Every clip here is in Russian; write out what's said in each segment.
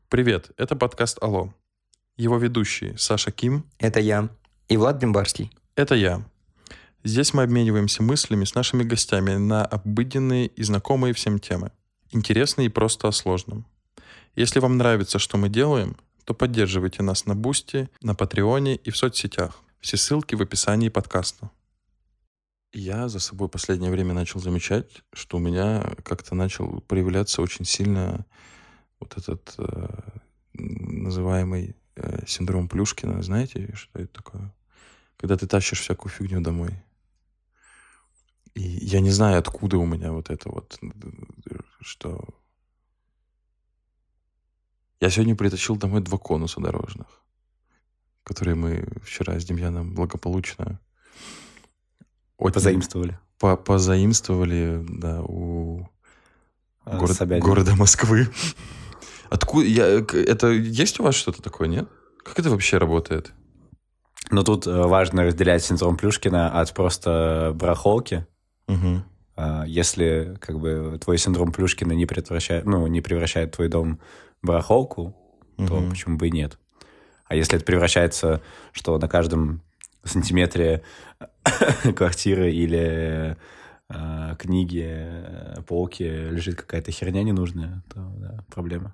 Привет, это подкаст «Алло». Его ведущие Саша Ким. Это я. И Влад Бимбарский. Это я. Здесь мы обмениваемся мыслями с нашими гостями на обыденные и знакомые всем темы. Интересные и просто о сложном. Если вам нравится, что мы делаем, то поддерживайте нас на Бусти, на Патреоне и в соцсетях. Все ссылки в описании подкаста. Я за собой последнее время начал замечать, что у меня как-то начал проявляться очень сильно вот этот называемый синдром Плюшкина. Знаете, что это такое? Когда ты тащишь всякую фигню домой. И я не знаю, откуда у меня вот это вот, что... Я сегодня притащил домой 2 конуса дорожных, которые мы вчера с Демьяном благополучно... Позаимствовали. Позаимствовали, да, у Собянина. города Москвы. Откуда... Это есть у вас что-то такое, нет? Как это вообще работает? Но тут важно разделять синдром Плюшкина от просто барахолки. Угу. Если как бы твой синдром Плюшкина не превращает твой дом в барахолку, то почему бы и нет? А если это превращается, что на каждом сантиметре квартиры или книги, полки лежит какая-то херня ненужная, то да, проблема.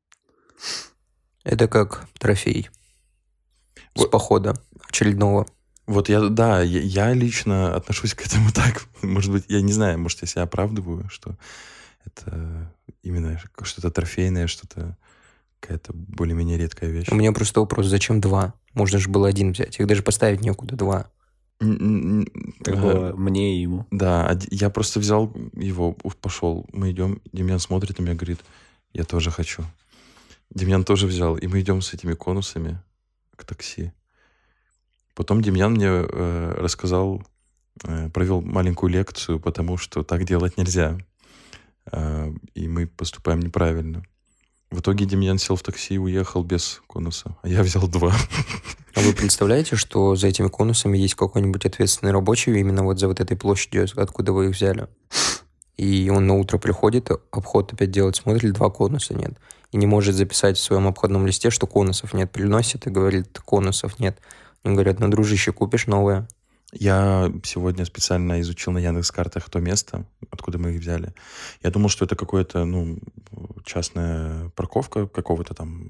Это как трофей с похода очередного. Вот я лично отношусь к этому так. Может быть, я не знаю, может, я себя оправдываю, что это именно что-то трофейное, что-то какая-то более-менее редкая вещь. У меня просто вопрос, зачем 2? Можно же было 1 взять. Их даже поставить некуда, 2. Так было мне и ему. Да, я просто взял его, пошел, мы идем, Демьян смотрит на меня, говорит, я тоже хочу. Демьян тоже взял, и мы идем с этими конусами к такси. Потом Демьян мне рассказал, провел маленькую лекцию, потому что так делать нельзя. И мы поступаем неправильно. В итоге Демьян сел в такси и уехал без конуса, а я взял 2. А вы представляете, что за этими конусами есть какой-нибудь ответственный рабочий именно вот за вот этой площадью, откуда вы их взяли? И он на утро приходит, обход опять делать, смотрит, 2 конуса нет. И не может записать в своем обходном листе, что конусов нет. Приносит и говорит, конусов нет. Они говорят, ну, дружище, купишь новое. Я сегодня специально изучил на Яндекс.Картах то место, откуда мы их взяли. Я думал, что это какая-то, частная парковка какого-то там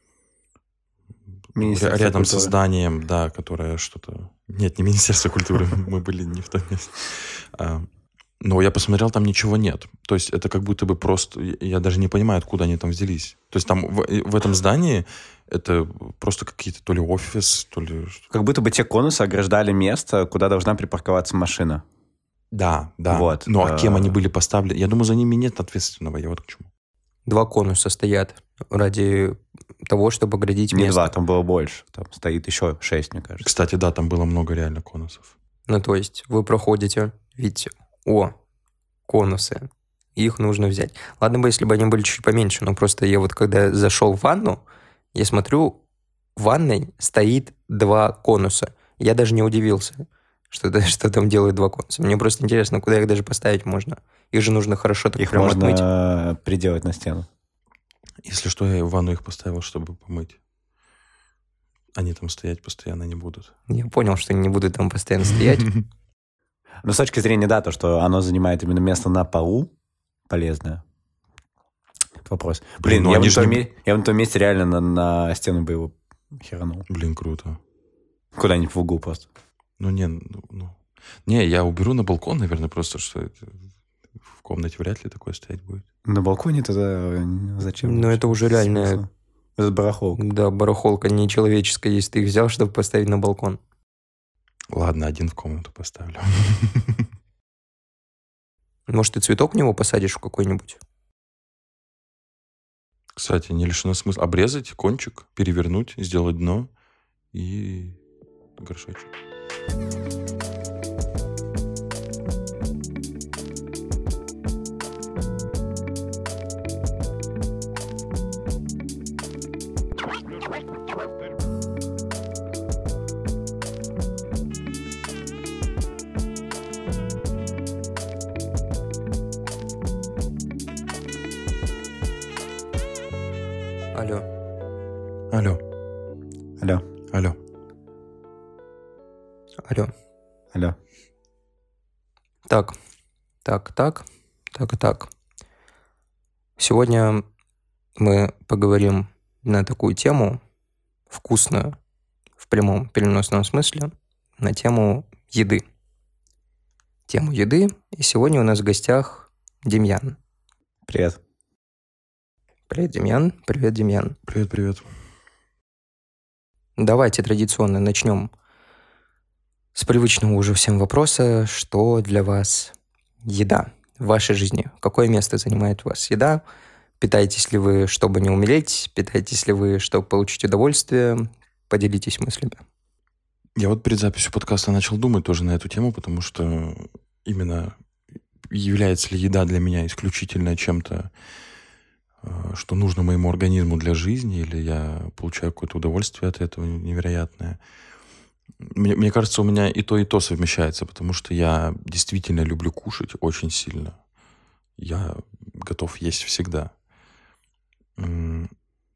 рядом со зданием, да, которое что-то... Нет, не Министерство культуры, мы были не в том месте. Но я посмотрел, там ничего нет. То есть это как будто бы просто... Я даже не понимаю, откуда они там взялись. То есть там в этом здании это просто какие-то то ли офис, то ли... Как будто бы те конусы ограждали место, куда должна припарковаться машина. Да. Вот. Ну а кем они были поставлены? Я думаю, за ними нет ответственного. Я вот к чему. 2 конуса стоят ради того, чтобы оградить место. Не 2, там было больше. Там стоит еще 6, мне кажется. Кстати, да, там было много реально конусов. Ну, то есть вы проходите, видите, конусы, их нужно взять. Ладно бы, если бы они были чуть поменьше, но просто я вот когда зашел в ванну, я смотрю, в ванной стоит 2 конуса. Я даже не удивился, что там делают 2 конуса. Мне просто интересно, куда их даже поставить можно. Их же нужно хорошо так прям отмыть. Их можно приделать на стену. Если что, я в ванну их поставил, чтобы помыть. Они там стоять постоянно не будут. Я понял, что они не будут там постоянно стоять. Но с точки зрения, да, то, что оно занимает именно место на полу, полезное. Вопрос. Блин, я в том месте реально на стену бы его херанул. Блин, круто. Куда-нибудь в угол просто. Не, я уберу на балкон, наверное, просто, что это в комнате вряд ли такое стоять будет. На балконе тогда зачем? Ну, это уже реально... Это барахолка. Да, барахолка нечеловеческая, если ты их взял, чтобы поставить на балкон. Ладно, 1 в комнату поставлю. Может, ты цветок в него посадишь в какой-нибудь? Кстати, не лишено смысла. Обрезать кончик, перевернуть, сделать дно и горшочек. Алло. Алло. Алло. Алло. Алло. Алло. Так. Сегодня мы поговорим на такую тему, вкусную, в прямом переносном смысле, на тему еды. Тему еды. И сегодня у нас в гостях Демьян. Привет. Привет, Демьян. Привет, Демьян. Привет. Давайте традиционно начнем с привычного уже всем вопроса. Что для вас еда в вашей жизни? Какое место занимает у вас еда? Питаетесь ли вы, чтобы не умереть? Питаетесь ли вы, чтобы получить удовольствие? Поделитесь мыслями. Я вот перед записью подкаста начал думать тоже на эту тему, потому что именно является ли еда для меня исключительно чем-то, что нужно моему организму для жизни, или я получаю какое-то удовольствие от этого невероятное. Мне кажется, у меня и то совмещается, потому что я действительно люблю кушать очень сильно. Я готов есть всегда. Но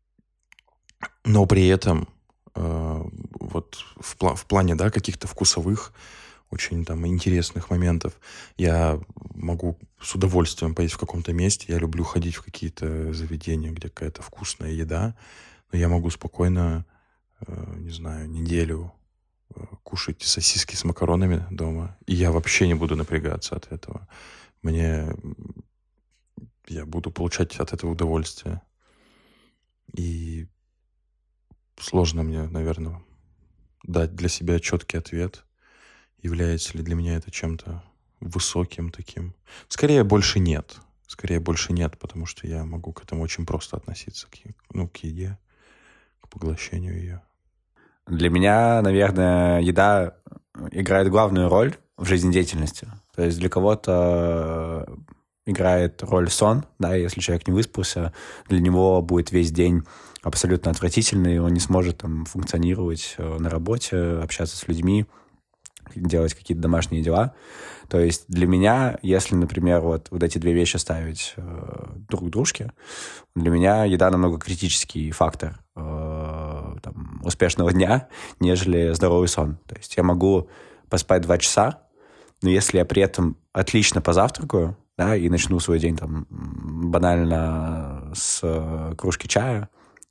при этом вот в плане, да, каких-то вкусовых, очень там интересных моментов я могу с удовольствием поесть в каком-то месте. Я люблю ходить в какие-то заведения, где какая-то вкусная еда. Но я могу спокойно, не знаю, неделю кушать сосиски с макаронами дома. И я вообще не буду напрягаться от этого. Я буду получать от этого удовольствие. И сложно мне, наверное, дать для себя четкий ответ, является ли для меня это чем-то высоким таким. Скорее больше нет, потому что я могу к этому очень просто относиться, к еде, к поглощению ее. Для меня, наверное, еда играет главную роль в жизнедеятельности. То есть для кого-то играет роль сон, да, если человек не выспался, для него будет весь день абсолютно отвратительный, он не сможет там функционировать на работе, общаться с людьми, делать какие-то домашние дела. То есть для меня, если, например, вот эти две вещи ставить друг к дружке, для меня еда намного критический фактор успешного дня, нежели здоровый сон. То есть я могу поспать 2 часа, но если я при этом отлично позавтракаю, да, и начну свой день там банально с кружки чая,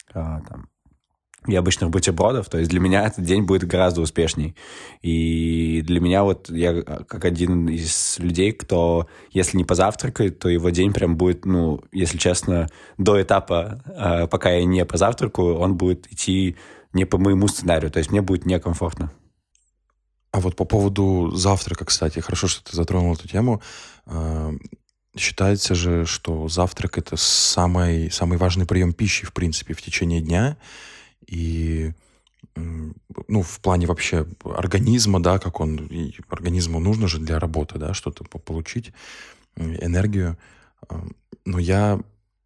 и обычных бутербродов, то есть для меня этот день будет гораздо успешней. И для меня вот я как один из людей, кто, если не позавтракает, то его день прям будет, если честно, до этапа, пока я не позавтракаю, он будет идти не по моему сценарию, то есть мне будет некомфортно. А вот по поводу завтрака, кстати, хорошо, что ты затронул эту тему. Считается же, что завтрак — это самый важный прием пищи, в принципе, в течение дня. И, в плане вообще организма, да, организму нужно же для работы, да, что-то получить, энергию. Но я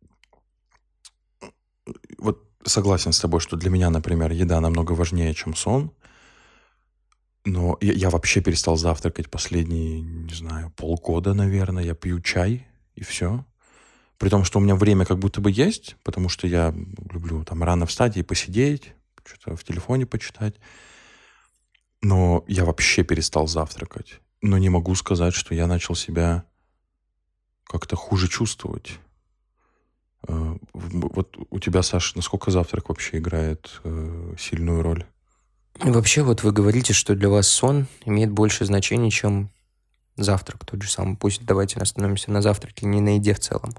вот согласен с тобой, что для меня, например, еда намного важнее, чем сон. Но я вообще перестал завтракать последние, не знаю, полгода, наверное. Я пью чай, и все. При том, что у меня время как будто бы есть, потому что я люблю там рано встать и посидеть, что-то в телефоне почитать. Но я вообще перестал завтракать. Но не могу сказать, что я начал себя как-то хуже чувствовать. Вот у тебя, Саш, насколько завтрак вообще играет сильную роль? Вообще, вот вы говорите, что для вас сон имеет больше значения, чем завтрак тот же самый. Пусть давайте остановимся на завтраке, не на еде в целом.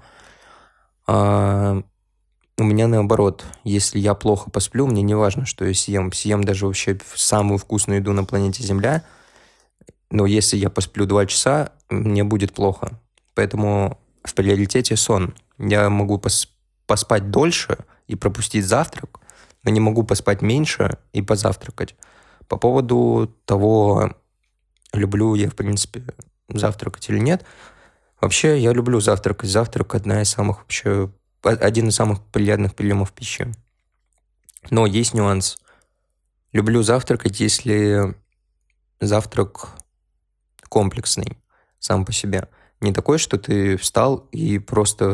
У меня наоборот. Если я плохо посплю, мне не важно, что я съем даже вообще самую вкусную еду на планете Земля, но если я посплю 2 часа, мне будет плохо. Поэтому в приоритете сон. Я могу поспать дольше и пропустить завтрак, но не могу поспать меньше и позавтракать. По поводу того, люблю я, в принципе, завтракать или нет, вообще я люблю завтракать. Завтрак один из самых приятных приемов пищи. Но есть нюанс. Люблю завтракать, если завтрак комплексный сам по себе. Не такой, что ты встал и просто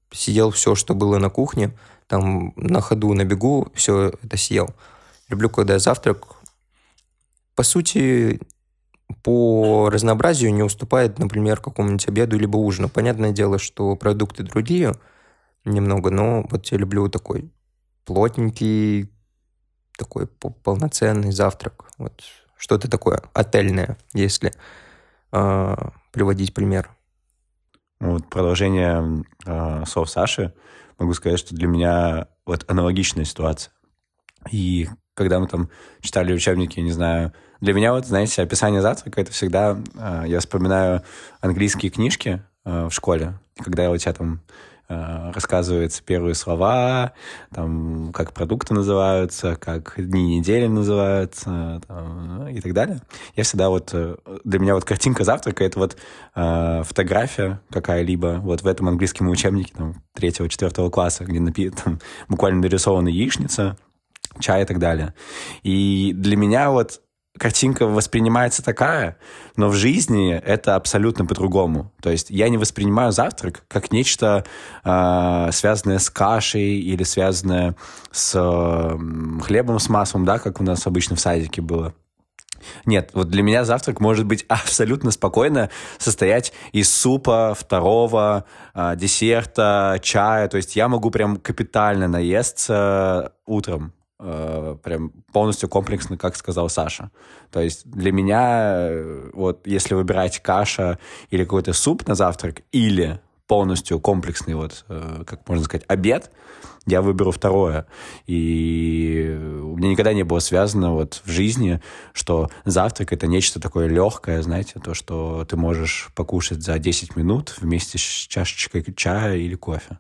сидел все, что было на кухне, там на ходу, на бегу, все это съел. Люблю, когда завтрак, по сути, по разнообразию не уступает, например, какому-нибудь обеду либо ужину. Понятное дело, что продукты другие немного, но вот я люблю такой плотненький, такой полноценный завтрак. Вот что-то такое отельное, если приводить пример. Вот продолжение слов Саши, могу сказать, что для меня вот аналогичная ситуация. И когда мы там читали учебники, не знаю, для меня вот, знаете, описание завтрака — это всегда... Я вспоминаю английские книжки в школе, когда у тебя там рассказываются первые слова, там, как продукты называются, как дни недели называются, там, и так далее. Я всегда вот... Для меня вот картинка завтрака — это вот фотография какая-либо вот в этом английском учебнике там 3-4 класса, где там буквально нарисована яичница, чай и так далее. И для меня вот картинка воспринимается такая, но в жизни это абсолютно по-другому. То есть я не воспринимаю завтрак как нечто связанное с кашей или связанное с хлебом с маслом, да, как у нас обычно в садике было. Нет, вот для меня завтрак может быть абсолютно спокойно состоять из супа, второго, десерта, чая. То есть я могу прям капитально наесться утром. Прям полностью комплексно, как сказал Саша. То есть для меня, вот если выбирать каша или какой-то суп на завтрак, или полностью комплексный, вот, как можно сказать, обед, я выберу второе. И у меня никогда не было связано вот в жизни, что завтрак — это нечто такое легкое, знаете, то, что ты можешь покушать за 10 минут вместе с чашечкой чая или кофе.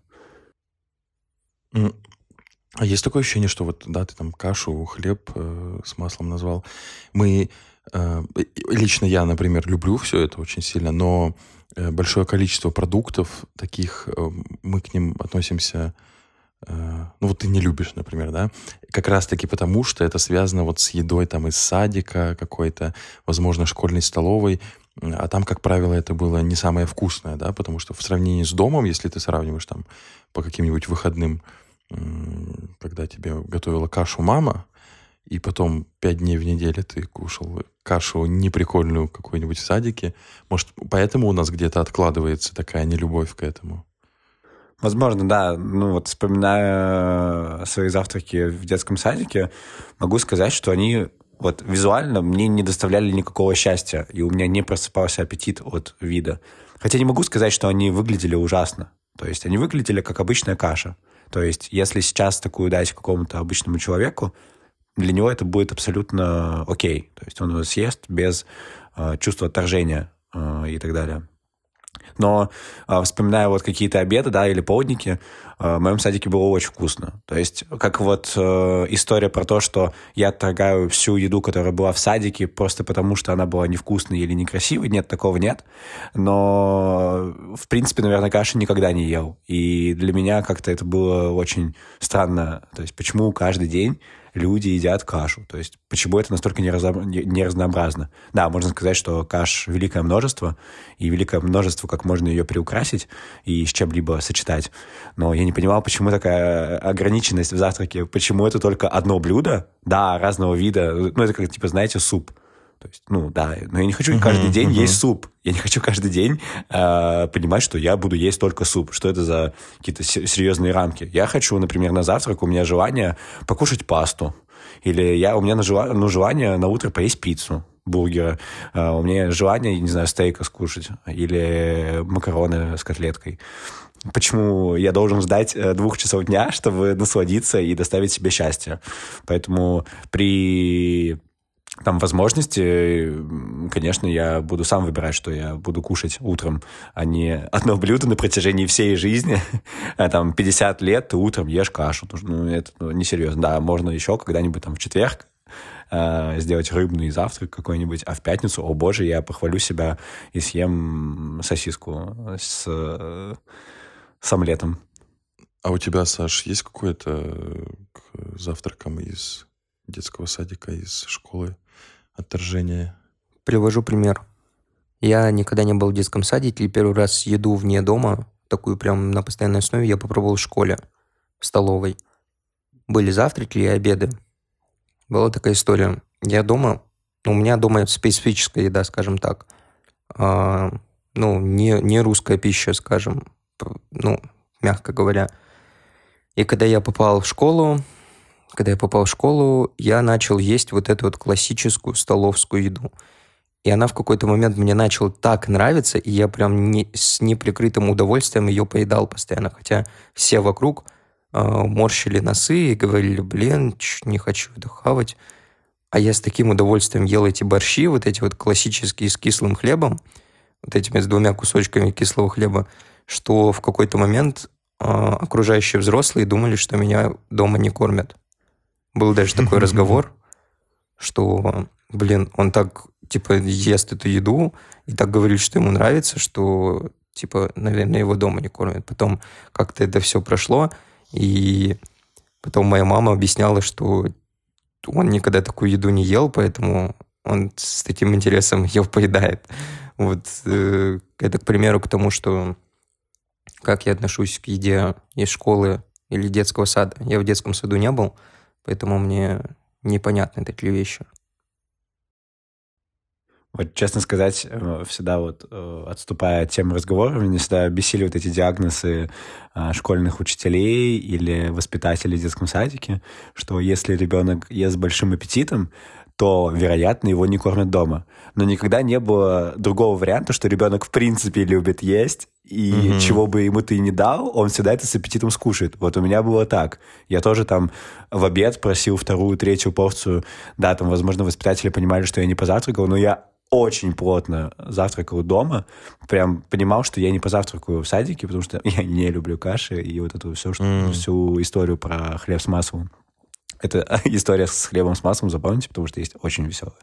А есть такое ощущение, что вот, да, ты там кашу, хлеб с маслом назвал. Мы, лично я, например, люблю все это очень сильно, но большое количество продуктов таких, мы к ним относимся, ну вот ты не любишь, например, да, как раз-таки потому, что это связано вот с едой там из садика какой-то, возможно, школьной столовой, а там, как правило, это было не самое вкусное, да, потому что в сравнении с домом, если ты сравниваешь там по каким-нибудь выходным, когда тебе готовила кашу мама, и потом 5 дней в неделю ты кушал кашу неприкольную какую-нибудь в садике. Может, поэтому у нас где-то откладывается такая нелюбовь к этому? Возможно, да. Ну вот, вспоминая свои завтраки в детском садике, могу сказать, что они вот визуально мне не доставляли никакого счастья, и у меня не просыпался аппетит от вида. Хотя не могу сказать, что они выглядели ужасно. То есть они выглядели как обычная каша. То есть если сейчас такую дать какому-то обычному человеку, для него это будет абсолютно окей. То есть он его съест без чувства отторжения и так далее. Но вспоминая вот какие-то обеды, да, или полдники, в моем садике было очень вкусно. То есть как вот история про то, что я отторгаю всю еду, которая была в садике, просто потому что она была невкусной или некрасивой. Нет, такого нет. Но, в принципе, наверное, каши никогда не ел. И для меня как-то это было очень странно. То есть почему каждый день люди едят кашу. То есть почему это настолько не разнообразно? Да, можно сказать, что каш великое множество, и великое множество, как можно ее приукрасить и с чем-либо сочетать. Но я не понимал, почему такая ограниченность в завтраке, почему это только одно блюдо, да, разного вида, ну, это как, типа, знаете, суп. То есть, ну, да, но я не хочу каждый день есть суп. Я не хочу каждый день понимать, что я буду есть только суп. Что это за какие-то серьезные рамки? Я хочу, например, на завтрак, у меня желание покушать пасту. Или у меня желание на утро поесть пиццу, бургера. У меня желание, не знаю, стейка скушать. Или макароны с котлеткой. Почему я должен ждать 2 часов дня, чтобы насладиться и доставить себе счастье? Поэтому при там возможности, конечно, я буду сам выбирать, что я буду кушать утром, а не одно блюдо на протяжении всей жизни. Там 50 лет ты утром ешь кашу. Ну, это несерьезно. Да, можно еще когда-нибудь там в четверг сделать рыбный завтрак какой-нибудь, а в пятницу, о боже, я похвалю себя и съем сосиску с омлетом. А у тебя, Саш, есть какое-то к завтракам из детского садика, из школы отторжение? Привожу пример. Я никогда не был в детском садике, и первый раз еду вне дома такую прям на постоянной основе, я попробовал в школе, в столовой. Были завтраки и обеды. Была такая история. Я дома, у меня дома специфическая еда, скажем так. Не русская пища, скажем, мягко говоря. И когда я попал в школу, я начал есть вот эту вот классическую столовскую еду. И она в какой-то момент мне начала так нравиться, и я прям с неприкрытым удовольствием ее поедал постоянно. Хотя все вокруг морщили носы и говорили, не хочу это хавать. А я с таким удовольствием ел эти борщи, вот эти вот классические с кислым хлебом, вот этими с 2 кусочками кислого хлеба, что в какой-то момент окружающие взрослые думали, что меня дома не кормят. Был даже такой разговор, что, он так, ест эту еду и так говорит, что ему нравится, что, наверное, его дома не кормят. Потом как-то это все прошло, и потом моя мама объясняла, что он никогда такую еду не ел, поэтому он с таким интересом ее поедает. Вот это, к примеру, к тому, что как я отношусь к еде из школы или детского сада. Я в детском саду не был, поэтому мне непонятны такие вещи. Вот, честно сказать, всегда отступая от темы разговора, меня всегда бесили вот эти диагнозы школьных учителей или воспитателей в детском садике, что если ребенок ест с большим аппетитом, то, вероятно, его не кормят дома. Но никогда не было другого варианта, что ребенок в принципе любит есть, и чего бы ему ты ни дал, он всегда это с аппетитом скушает. Вот у меня было так. Я тоже там в обед просил 2-ю, 3-ю порцию. Да, там, возможно, воспитатели понимали, что я не позавтракал, но я очень плотно завтракал дома. Прям понимал, что я не позавтракаю в садике, потому что я не люблю каши и вот эту всю историю про хлеб с маслом. Это история с хлебом с маслом, запомните, потому что есть очень веселая.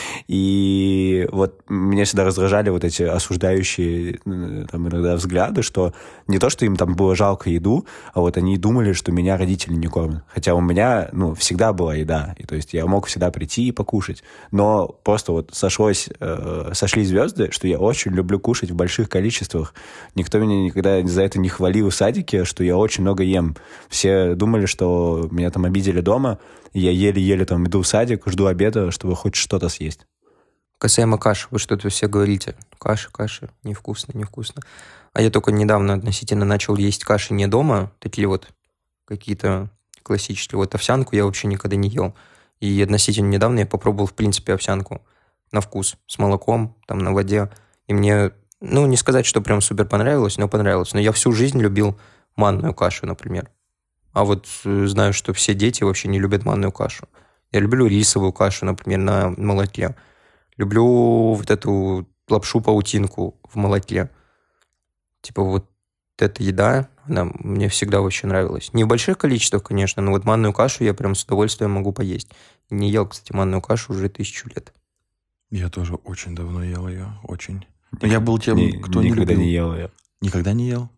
И вот меня всегда раздражали вот эти осуждающие там иногда взгляды, что не то, что им там было жалко еду, а вот они думали, что меня родители не кормят. Хотя у меня, всегда была еда. И то есть я мог всегда прийти и покушать. Но просто вот сошли звезды, что я очень люблю кушать в больших количествах. Никто меня никогда за это не хвалил в садике, что я очень много ем. Все думали, что меня там обидели дома, и я еле-еле там иду в садик, жду обеда, чтобы хоть что-то съесть. Касаемо каши, вы что-то все говорите. Каша, невкусно. А я только недавно относительно начал есть каши не дома, такие вот какие-то классические. Вот овсянку я вообще никогда не ел. И относительно недавно я попробовал, в принципе, овсянку на вкус, с молоком, там, на воде. И мне, не сказать, что прям супер понравилось, но понравилось. Но я всю жизнь любил манную кашу, например. А вот знаю, что все дети вообще не любят манную кашу. Я люблю рисовую кашу, например, на молоке. Люблю вот эту лапшу-паутинку в молоке. Вот эта еда, она мне всегда очень нравилась. Не в больших количествах, конечно, но вот манную кашу я прям с удовольствием могу поесть. Не ел, кстати, манную кашу уже 1000 лет. Я тоже очень давно ел ее, очень. Но я был тем, кто не любил. Никогда не ел ее. Никогда не ел?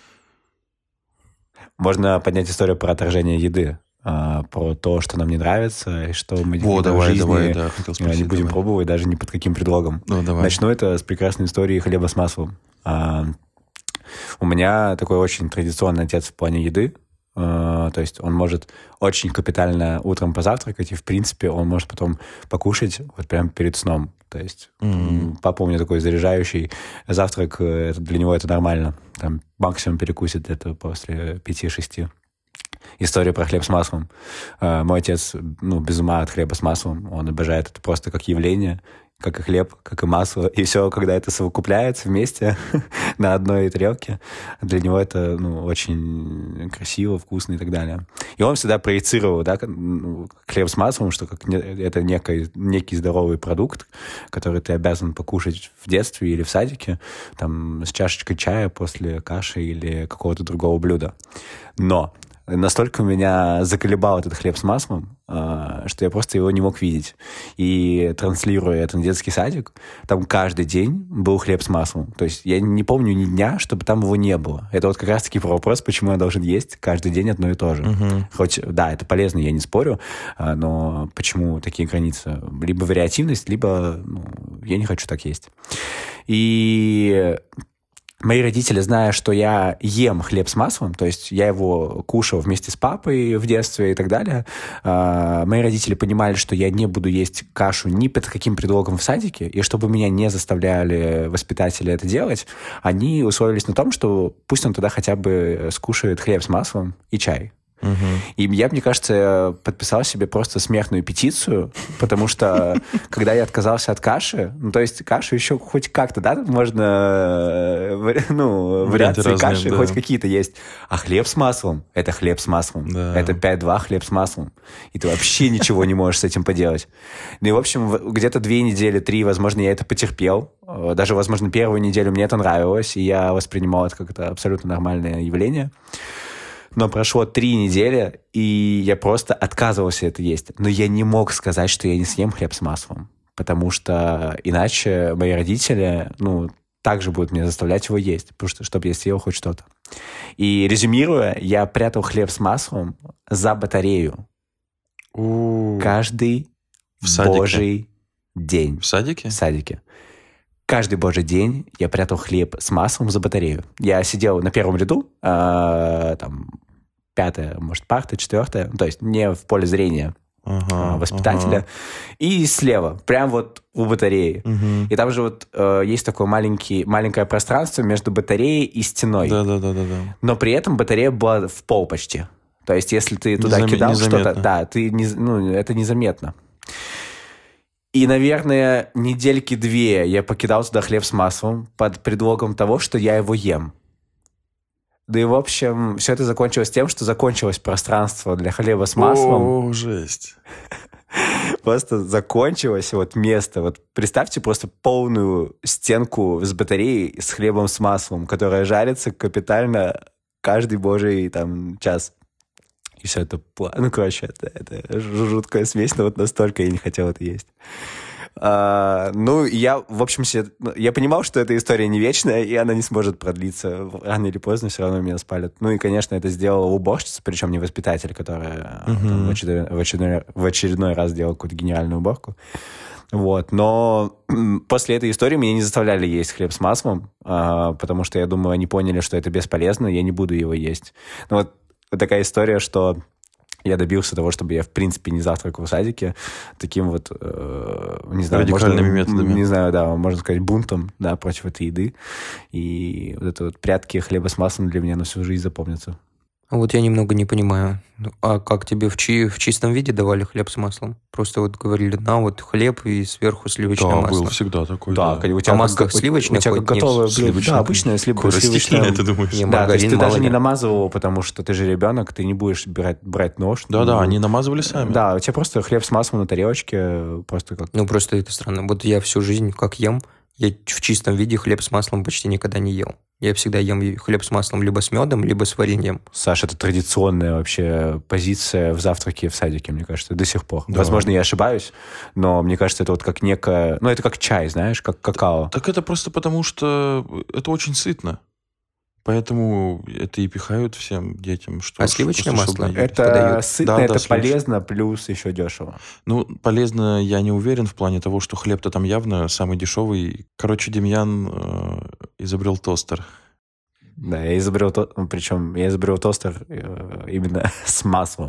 Можно поднять историю про отторжение еды, про то, что нам не нравится, и что мы в жизни не будем пробовать даже ни под каким предлогом. Начну это с прекрасной истории хлеба с маслом. У меня такой очень традиционный отец в плане еды. То есть он может очень капитально утром позавтракать, и, в принципе, он может потом покушать вот прямо перед сном. То есть папа у меня такой заряжающий завтрак, для него это нормально. Там максимум перекусит это после 5-6. История про хлеб с маслом. Мой отец, без ума от хлеба с маслом. Он обожает это просто как явление, как и хлеб, как и масло. И все, когда это совокупляется вместе на одной тарелке, для него это очень красиво, вкусно и так далее. И он всегда проецировал хлеб с маслом, что это некий здоровый продукт, который ты обязан покушать в детстве или в садике, там, с чашечкой чая после каши или какого-то другого блюда. Но настолько меня заколебал этот хлеб с маслом, что я просто его не мог видеть. И транслируя это на детский садик, там каждый день был хлеб с маслом. То есть я не помню ни дня, чтобы там его не было. Это вот как раз-таки про вопрос, почему я должен есть каждый день одно и то же. Хоть, да, это полезно, я не спорю, но почему такие границы? Либо вариативность, либо я не хочу так есть. И мои родители, зная, что я ем хлеб с маслом, то есть я его кушал вместе с папой в детстве и так далее, мои родители понимали, что я не буду есть кашу ни под каким предлогом в садике, и чтобы меня не заставляли воспитатели это делать, они условились на том, что пусть он туда хотя бы скушает хлеб с маслом и чай. И я, мне кажется, подписал себе просто смертную петицию, потому что, когда я отказался от каши, ну, то есть кашу еще хоть как-то, да, можно, ну, вариации разные, каши да. Хоть какие-то есть. А хлеб с маслом — это хлеб с маслом. Да. Это 5-2 хлеб с маслом. И ты вообще ничего не можешь с этим поделать. Ну и, в общем, где-то 2 недели, 3, возможно, я это потерпел. Даже, возможно, первую неделю мне это нравилось, и я воспринимал это как это абсолютно нормальное явление. Но прошло 3 недели, и я просто отказывался это есть. Но я не мог сказать, что я не съем хлеб с маслом, потому что иначе мои родители, ну, также будут меня заставлять его есть, потому что, чтобы я съел хоть что-то. И резюмируя, я прятал хлеб с маслом за батарею. Каждый божий день. В садике? В садике. Каждый божий день я прятал хлеб с маслом за батарею. Я сидел на первом ряду, там, 5-я, может, парта, 4-я, то есть не в поле зрения воспитателя, и слева, прям вот у батареи. И там же вот есть такое маленькое пространство между батареей и стеной. Да. Но при этом батарея была в пол почти. То есть если ты туда кидал что-то, да, это незаметно. И, наверное, 2 недели я покидал туда хлеб с маслом под предлогом того, что я его ем. Да и, в общем, все это закончилось тем, что закончилось пространство для хлеба с маслом. О, жесть. Просто закончилось вот место. Вот представьте просто полную стенку с батареей с хлебом с маслом, которая жарится капитально каждый божий там час. И все это... Ну, короче, это жуткая смесь, но вот настолько я не хотел это есть. Ну, я, в общем, я понимал, что эта история не вечная, и она не сможет продлиться. Рано или поздно все равно меня спалят. Ну, и, конечно, это сделала уборщица, причем не воспитатель, которая там, в очередной раз делала какую-то гениальную уборку. Вот. Но после этой истории меня не заставляли есть хлеб с маслом, потому что, я думаю, они поняли, что это бесполезно, я не буду его есть. Ну, вот такая история, что я добился того, чтобы я, в принципе, не завтракал в садике таким вот, не знаю, радикальными методами. Не знаю, да, можно сказать, бунтом, да, против этой еды. И вот это вот прятки хлеба с маслом для меня на всю жизнь запомнятся. Вот я немного не понимаю. А как тебе в чистом виде давали хлеб с маслом? Просто вот говорили, на, вот хлеб и сверху сливочное масло. Да, был всегда такой. Да, да. У тебя масло сливочное? У тебя как готовое блюдо. Да, обычное сливочное. Ты думаешь? Да, то есть ты даже не намазывал его, потому что ты же ребенок, ты не будешь брать нож. Да, они намазывали сами. Да, у тебя просто хлеб с маслом на тарелочке, просто как... Ну, просто это странно. Вот я всю жизнь как ем, я в чистом виде хлеб с маслом почти никогда не ел. Я всегда ем хлеб с маслом либо с медом, либо с вареньем. Саша, это традиционная вообще позиция в завтраке в садике, мне кажется, до сих пор. Да. Возможно, я ошибаюсь, но мне кажется, это вот как некое... Ну, это как чай, знаешь, как какао. Так это просто потому, что это очень сытно. Поэтому это и пихают всем детям. Что, сливочное масло? Это подают. Сытно, да, это полезно, плюс еще дешево. Ну, полезно я не уверен в плане того, что хлеб-то там явно самый дешевый. Короче, Демьян изобрел тостер. Да, я изобрел тостер именно с маслом.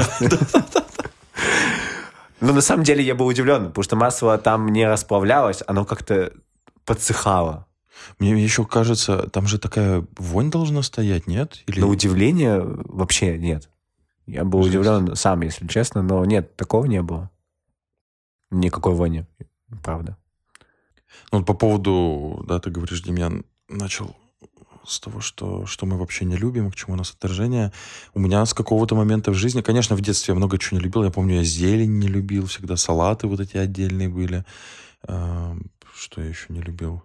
Ну, на самом деле, я был удивлен, потому что масло там не расплавлялось, оно как-то подсыхало. Мне еще кажется, там же такая вонь должна стоять, нет? Или... На удивление вообще нет. Я был удивлен сам, если честно, но нет, такого не было. Никакой вони, правда. Ну, по поводу, да, ты говоришь, Демьян начал с того, что мы вообще не любим, к чему у нас отторжение. У меня с какого-то момента в жизни, конечно, в детстве я много чего не любил. Я помню, я зелень не любил, всегда салаты вот эти отдельные были. Что я еще не любил?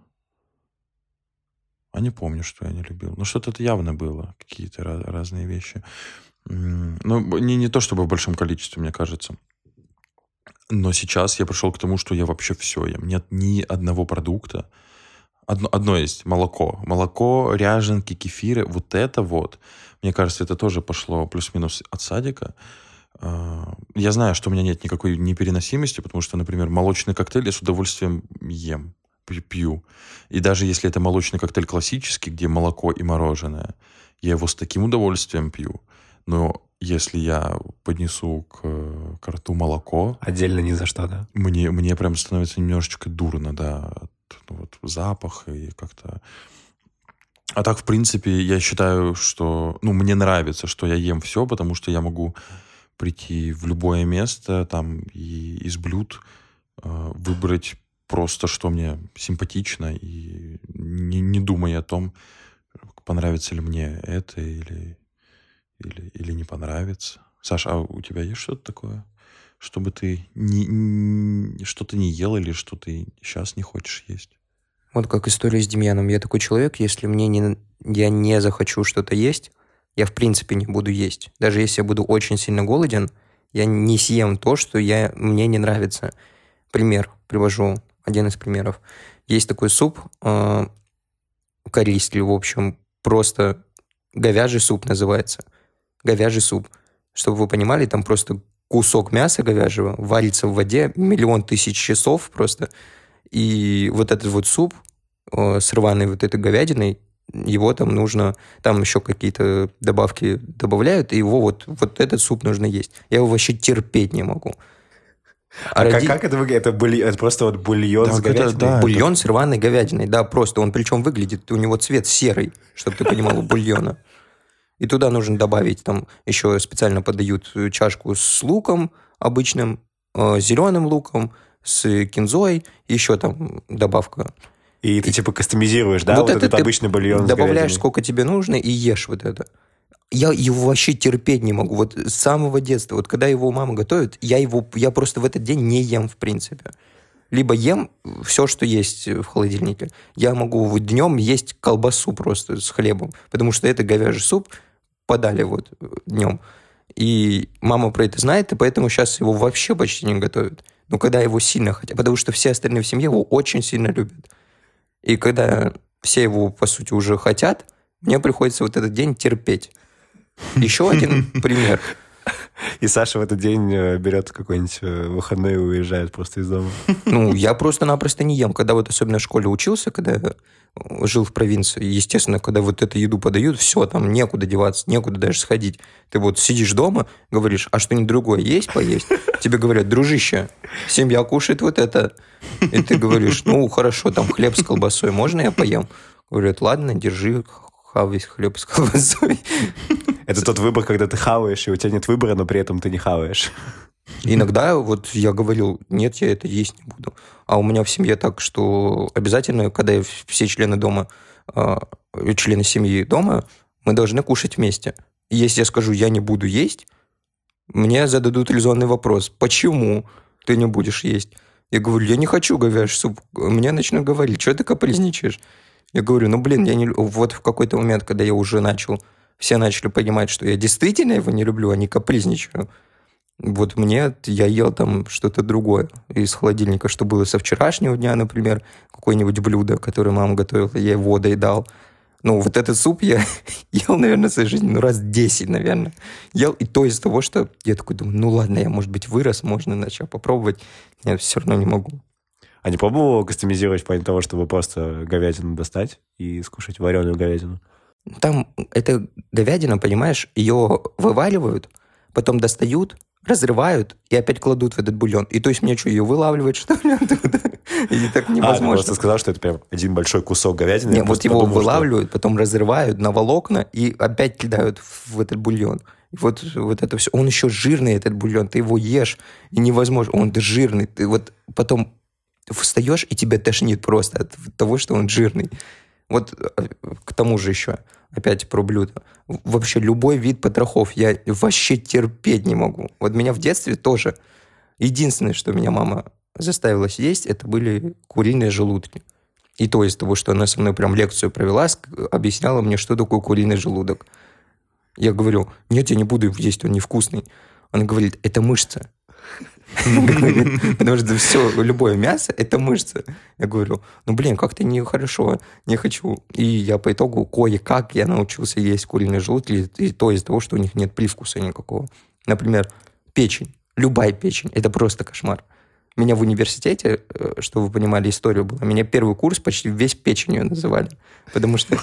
А не помню, что я не любил. Но что-то это явно было. Какие-то разные вещи. Ну, не то чтобы в большом количестве, мне кажется. Но сейчас я пришел к тому, что я вообще все ем. Нет ни одного продукта. Одно есть. Молоко. Молоко, ряженки, кефиры. Вот это вот. Мне кажется, это тоже пошло плюс-минус от садика. Я знаю, что у меня нет никакой непереносимости, потому что, например, молочный коктейль я с удовольствием ем. пью. И даже если это молочный коктейль классический, где молоко и мороженое, я его с таким удовольствием пью. Но если я поднесу к рту молоко... Отдельно ни за что, да? Мне прям становится немножечко дурно, да. Вот запах и как-то... А так, в принципе, я считаю, что... мне нравится, что я ем все, потому что я могу прийти в любое место там и из блюд выбрать просто, что мне симпатично, и не думая о том, понравится ли мне это или не понравится. Саша, а у тебя есть что-то такое, чтобы ты что-то не ел или что ты сейчас не хочешь есть? Вот как история с Демьяном. Я такой человек, если я не захочу что-то есть, я в принципе не буду есть. Даже если я буду очень сильно голоден, я не съем то, что мне не нравится. Пример привожу, один из примеров. Есть такой суп, корейский, в общем, просто говяжий суп называется. Говяжий суп. Чтобы вы понимали, там просто кусок мяса говяжьего варится в воде 1 000 000 часов просто. И вот этот вот суп с рваной вот этой говядиной, его там нужно, там еще какие-то добавки добавляют, и его вот этот суп нужно есть. Я его вообще терпеть не могу. Как это выглядит? Это просто вот бульон с говядиной? Да, бульон с рваной говядиной, да, просто. Он причем выглядит, у него цвет серый, чтобы ты понимал, бульона. И туда нужно добавить, там еще специально подают чашку с луком обычным, зеленым луком, с кинзой, еще там добавка. И ты типа кастомизируешь, да, вот этот обычный бульон с добавляешь, сколько тебе нужно, и ешь вот это. Я его вообще терпеть не могу. Вот с самого детства. Вот когда его мама готовит, я просто в этот день не ем, в принципе. Либо ем все, что есть в холодильнике. Я могу днем есть колбасу просто с хлебом, потому что это говяжий суп подали вот днем. И мама про это знает, и поэтому сейчас его вообще почти не готовят. Но когда его сильно хотят, потому что все остальные в семье его очень сильно любят. И когда все его, по сути, уже хотят, мне приходится вот этот день терпеть. Еще один пример. И Саша в этот день берет какой-нибудь выходной и уезжает просто из дома. Я просто-напросто не ем. Когда вот особенно в школе учился, когда я жил в провинции, естественно, когда вот эту еду подают, все, там некуда деваться, некуда даже сходить. Ты вот сидишь дома, говоришь, а что-нибудь другое есть поесть? Тебе говорят, дружище, семья кушает вот это. И ты говоришь, хорошо, там хлеб с колбасой, можно я поем? Говорят, ладно, держи, хавай хлеб с колбасой. Это тот выбор, когда ты хаваешь, и у тебя нет выбора, но при этом ты не хаваешь. Иногда вот я говорил, нет, я это есть не буду. А у меня в семье так, что обязательно, когда все члены дома, члены семьи дома, мы должны кушать вместе. И если я скажу, я не буду есть, мне зададут резонный вопрос. Почему ты не будешь есть? Я говорю, я не хочу говяжий суп. Мне начнут говорить, что ты капризничаешь? Я говорю, я не... Вот в какой-то момент, когда я уже все начали понимать, что я действительно его не люблю, а не капризничаю. Вот я ел там что-то другое из холодильника, что было со вчерашнего дня, например, какое-нибудь блюдо, которое мама готовила, я его доедал. Вот этот суп я ел, наверное, в своей жизни, раз 10, наверное. Ел, и то из того, что я такой думаю, ладно, я, может быть, вырос, можно начал попробовать. Я все равно не могу. А не пробовал кастомизировать в плане того, чтобы просто говядину достать и скушать вареную говядину? Там эта говядина, понимаешь, ее вываливают, потом достают, разрывают и опять кладут в этот бульон. И то есть мне что, ее вылавливать, что ли, оттуда? И так невозможно. Ты просто сказал, что это прям один большой кусок говядины. Нет, вот его вылавливают, потом разрывают на волокна и опять кидают в этот бульон. И вот это все. Он еще жирный, этот бульон. Ты его ешь, и невозможно. Он жирный. Ты вот потом встаешь, и тебя тошнит просто от того, что он жирный. Вот к тому же еще, опять про блюдо. Вообще любой вид потрохов я вообще терпеть не могу. Вот меня в детстве тоже. Единственное, что меня мама заставила съесть, это были куриные желудки. И то из того, что она со мной прям лекцию провела, объясняла мне, что такое куриный желудок. Я говорю, нет, я не буду его есть, он невкусный. Она говорит, это мышца. Потому что все, любое мясо – это мышца. Я говорю, как-то нехорошо, не хочу. И я по итогу кое-как я научился есть куриные желудки, и то из-за того, что у них нет привкуса никакого. Например, печень. Любая печень – это просто кошмар. Меня в университете, чтобы вы понимали, историю была, меня первый курс почти весь печенью называли. Потому что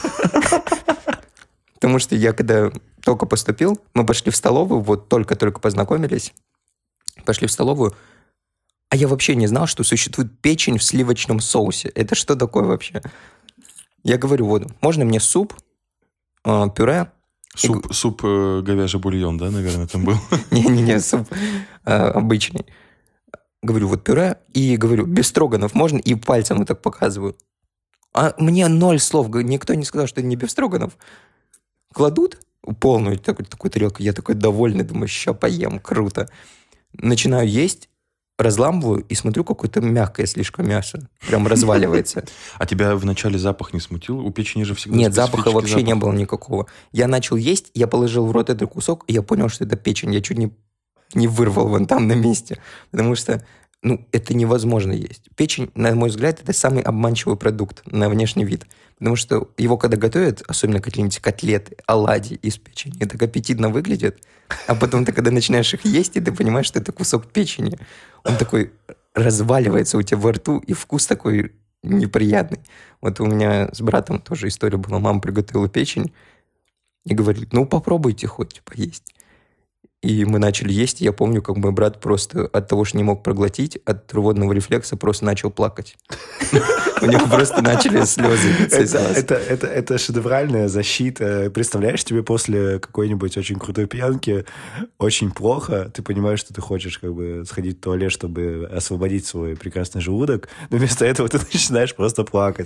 я когда только поступил, мы пошли в столовую, вот только-только познакомились, пошли в столовую, а я вообще не знал, что существует печень в сливочном соусе. Это что такое вообще? Я говорю, вот, можно мне суп, пюре? Суп говяжий бульон, да, наверное, там был? Не-не-не, суп обычный. Говорю, вот пюре, и говорю, без строганов можно? И пальцем вот так показываю. А мне 0 слов, никто не сказал, что это не без строганов. Кладут полную такую тарелку, я такой довольный, думаю, ща поем, круто. Начинаю есть, разламываю и смотрю, какое-то мягкое слишком мясо. Прям разваливается. А тебя вначале запах не смутил? У печени же всегда Нет, запаха вообще не было никакого. Я начал есть, я положил в рот этот кусок, и я понял, что это печень. Я чуть не вырвал вон там на месте. Потому что, это невозможно есть. Печень, на мой взгляд, это самый обманчивый продукт на внешний вид. Потому что его, когда готовят, особенно какие-нибудь котлеты, оладьи из печени, это так аппетитно выглядит. А потом ты, когда начинаешь их есть, и ты понимаешь, что это кусок печени. Он такой разваливается у тебя во рту, и вкус такой неприятный. Вот у меня с братом тоже история была. Мама приготовила печень и говорит, попробуйте хоть поесть. И мы начали есть, и я помню, как мой брат просто от того, что не мог проглотить, от рвотного рефлекса просто начал плакать. У него просто начали слезы литься из глаз. Это шедевральная защита. Представляешь, тебе после какой-нибудь очень крутой пьянки очень плохо, ты понимаешь, что ты хочешь сходить в туалет, чтобы освободить свой прекрасный желудок, но вместо этого ты начинаешь просто плакать.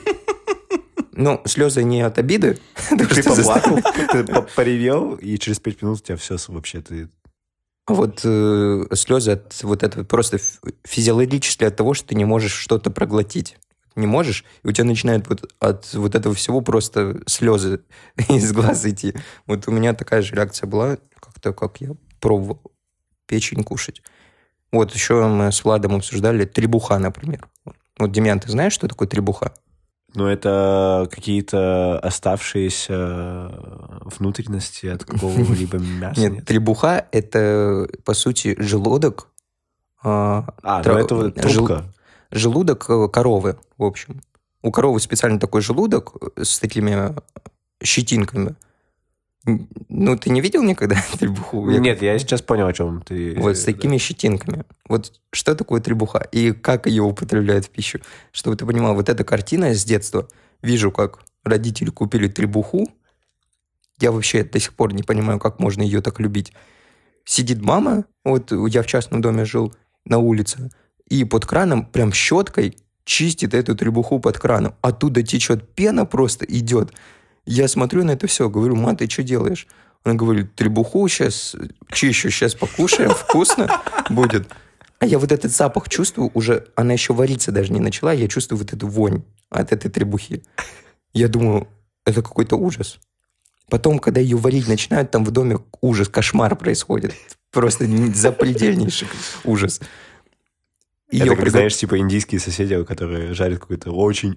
Слезы не от обиды. Ты поплакал, ты поревел, и через 5 минут у тебя все вообще... А вот слезы от вот этого просто физиологически от того, что ты не можешь что-то проглотить. Не можешь, и у тебя начинает от вот этого всего просто слезы из глаз идти. Вот у меня такая же реакция была, как я пробовал печень кушать. Вот еще мы с Владом обсуждали требуха, например. Вот, Демьян, ты знаешь, что такое требуха? Это какие-то оставшиеся внутренности от какого-либо мяса? Нет, требуха – это, по сути, желудок. Это трубка. Желудок коровы, в общем. У коровы специально такой желудок с такими щетинками. Ты не видел никогда требуху? Нет, я сейчас понял, о чем ты... Вот с такими щетинками. Вот что такое требуха? И как ее употребляют в пищу? Чтобы ты понимал, вот эта картина с детства. Вижу, как родители купили требуху. Я вообще до сих пор не понимаю, как можно ее так любить. Сидит мама, вот я в частном доме жил, на улице, и под краном прям щеткой чистит эту требуху под краном. Оттуда течет пена, просто идет. Я смотрю на это все, говорю, ма, ты что делаешь? Она говорит, требуху сейчас чищу, сейчас покушаем, вкусно будет. А я вот этот запах чувствую уже, она еще вариться даже не начала, я чувствую вот эту вонь от этой требухи. Я думаю, это какой-то ужас. Потом, когда ее варить начинают, там в доме ужас, кошмар происходит. Просто запредельнейший ужас. Это как, знаешь, типа индийские соседи, которые жарят какую-то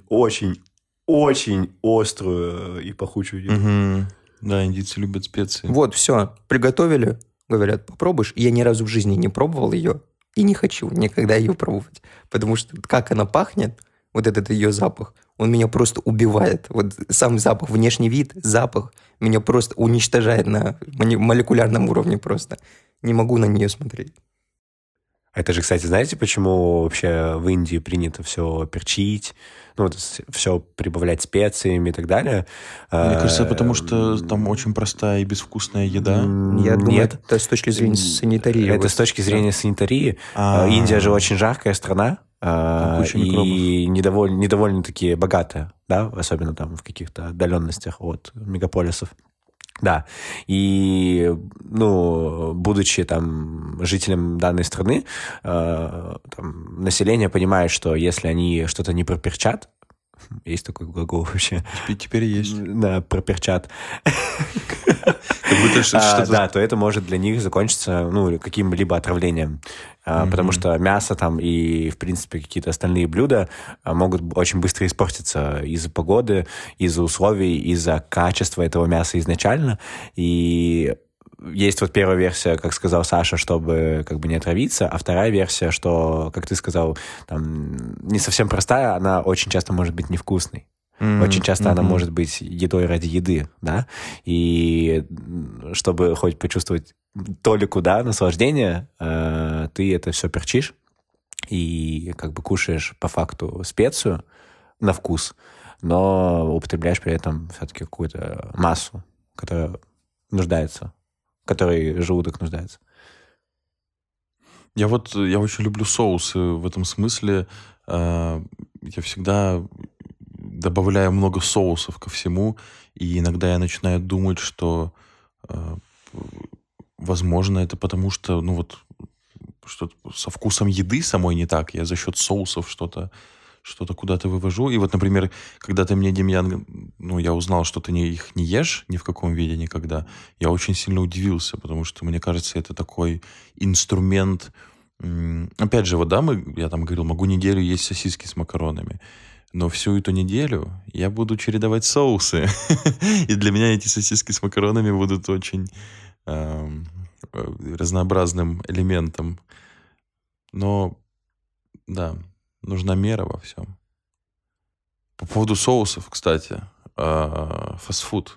очень острую и пахучую еду. Угу. Да, индийцы любят специи. Вот, все, приготовили, говорят, попробуешь. Я ни разу в жизни не пробовал ее и не хочу никогда ее пробовать. Потому что как она пахнет, вот этот ее запах, он меня просто убивает. Вот сам запах, внешний вид, запах меня просто уничтожает на молекулярном уровне просто. Не могу на нее смотреть. Это же, кстати, знаете, почему вообще в Индии принято все перчить, все прибавлять специями и так далее? Мне кажется, потому что там очень простая и безвкусная еда. Я думаю, это с точки зрения санитарии. Это с точки зрения санитарии. Индия же очень жаркая страна. И недовольно такие богатые, да, особенно там в каких-то отдаленностях от мегаполисов. Да, и, будучи там жителем данной страны, население понимает, что если они что-то не проперчат, есть такой глагол вообще. Теперь есть. Да, проперчат. Да, то это может для них закончиться каким-либо отравлением. Потому что мясо там и, в принципе, какие-то остальные блюда могут очень быстро испортиться из-за погоды, из-за условий, из-за качества этого мяса изначально. И есть вот первая версия, как сказал Саша, чтобы как бы не отравиться, а вторая версия, что, как ты сказал, там, не совсем простая, она очень часто может быть невкусной. Очень часто она может быть едой ради еды, да, и чтобы хоть почувствовать толику, да, наслаждения, ты это все перчишь и как бы кушаешь по факту специю на вкус, но употребляешь при этом все-таки какую-то массу, которая нуждается, в которой желудок нуждается. Я очень люблю соусы в этом смысле. Я всегда добавляю много соусов ко всему, и иногда я начинаю думать, что, возможно, это потому что, ну вот, что-то со вкусом еды самой не так. Я за счет соусов что-то куда-то вывожу. И вот, например, когда ты мне, Демьян, ну, я узнал, что ты их не ешь ни в каком виде никогда, я очень сильно удивился, потому что, мне кажется, это такой инструмент. Опять же, вот, да, я там говорил, могу неделю есть сосиски с макаронами, но всю эту неделю я буду чередовать соусы. И для меня эти сосиски с макаронами будут очень разнообразным элементом. Но, да, нужна мера во всем. По поводу соусов, кстати, фастфуд.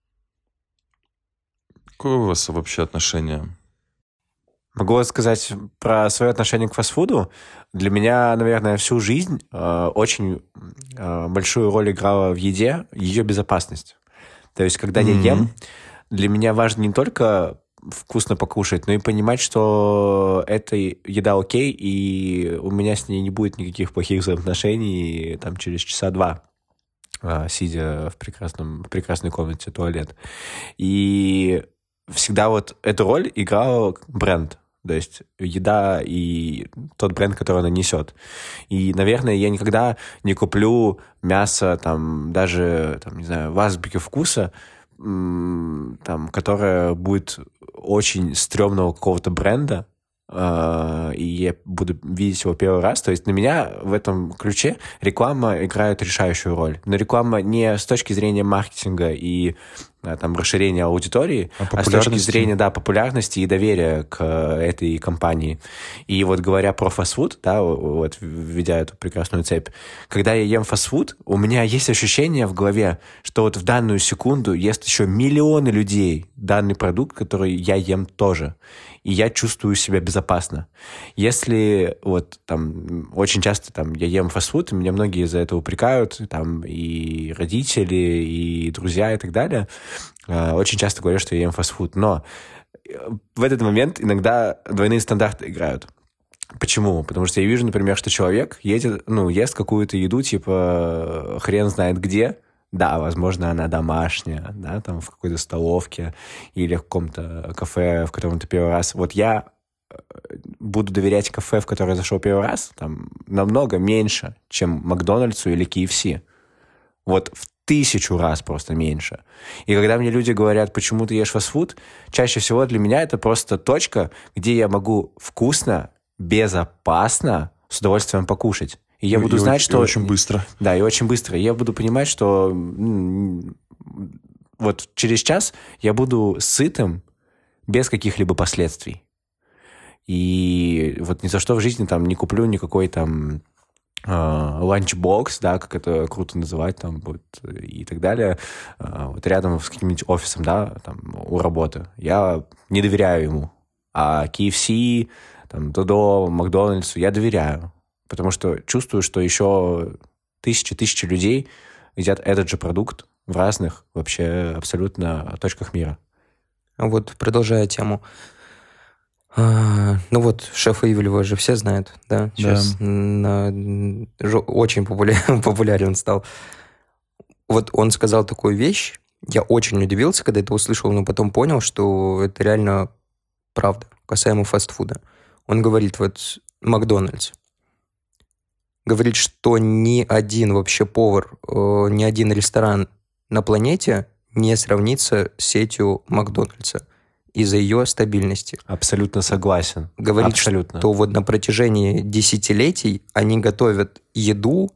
Какое у вас вообще отношение? Могу сказать про свое отношение к фастфуду. Для меня, наверное, всю жизнь очень большую роль играла в еде ее безопасность. То есть, когда я ем, для меня важно не только вкусно покушать, но и понимать, что эта еда окей, и у меня с ней не будет никаких плохих взаимоотношений там, через часа два, сидя в прекрасной комнате туалет. И всегда вот эту роль играл бренд. То есть еда и тот бренд, который она несет. И, наверное, я никогда не куплю мясо, там, даже, там, не знаю, в азбуке вкуса, там, которое будет очень стрёмного какого-то бренда, и я буду видеть его первый раз. То есть на меня в этом ключе реклама играет решающую роль. Но реклама не с точки зрения маркетинга и там, расширения аудитории, а с точки зрения, да, популярности и доверия к этой компании. И вот говоря про фастфуд, да, вот введя эту прекрасную цепь, когда я ем фастфуд, у меня есть ощущение в голове, что вот в данную секунду ест еще миллионы людей данный продукт, который я ем тоже. И я чувствую себя безопасно. Если вот там очень часто там я ем фастфуд, и меня многие за это упрекают, там и родители, и друзья, и так далее, очень часто говорят, что я ем фастфуд. Но в этот момент иногда двойные стандарты играют. Почему? Потому что я вижу, например, что человек ест какую-то еду, типа хрен знает где. Да, возможно, она домашняя, да, там в какой-то столовке или в каком-то кафе, в котором ты первый раз. Вот я буду доверять кафе, в которое я зашел первый раз, там намного меньше, чем Макдональдсу или KFC. Вот в 1000 раз просто меньше. И когда мне люди говорят, почему ты ешь фастфуд, чаще всего для меня это просто точка, где я могу вкусно, безопасно, с удовольствием покушать. И я буду знать, что... очень быстро. Да, и очень быстро. Я буду понимать, что вот через час я буду сытым без каких-либо последствий. И вот ни за что в жизни там не куплю никакой там ланчбокс, да, как это круто называть, там, вот, и так далее, вот рядом с каким-нибудь офисом, да, там, у работы. Я не доверяю ему. А KFC, там, Додо, Макдональдсу я доверяю. Потому что чувствую, что еще тысячи людей едят этот же продукт в разных вообще абсолютно точках мира. Вот, продолжая тему. Ну вот, шефа Ивлева же все знают, да? Сейчас очень популярен стал. Вот он сказал такую вещь, я очень удивился, когда это услышал, но потом понял, что это реально правда, касаемо фастфуда. Он говорит, вот, Макдональдс. Говорит, что ни один вообще повар, ни один ресторан на планете не сравнится с сетью Макдональдса из-за ее стабильности. Абсолютно согласен. Говорит, абсолютно. что вот на протяжении десятилетий они готовят еду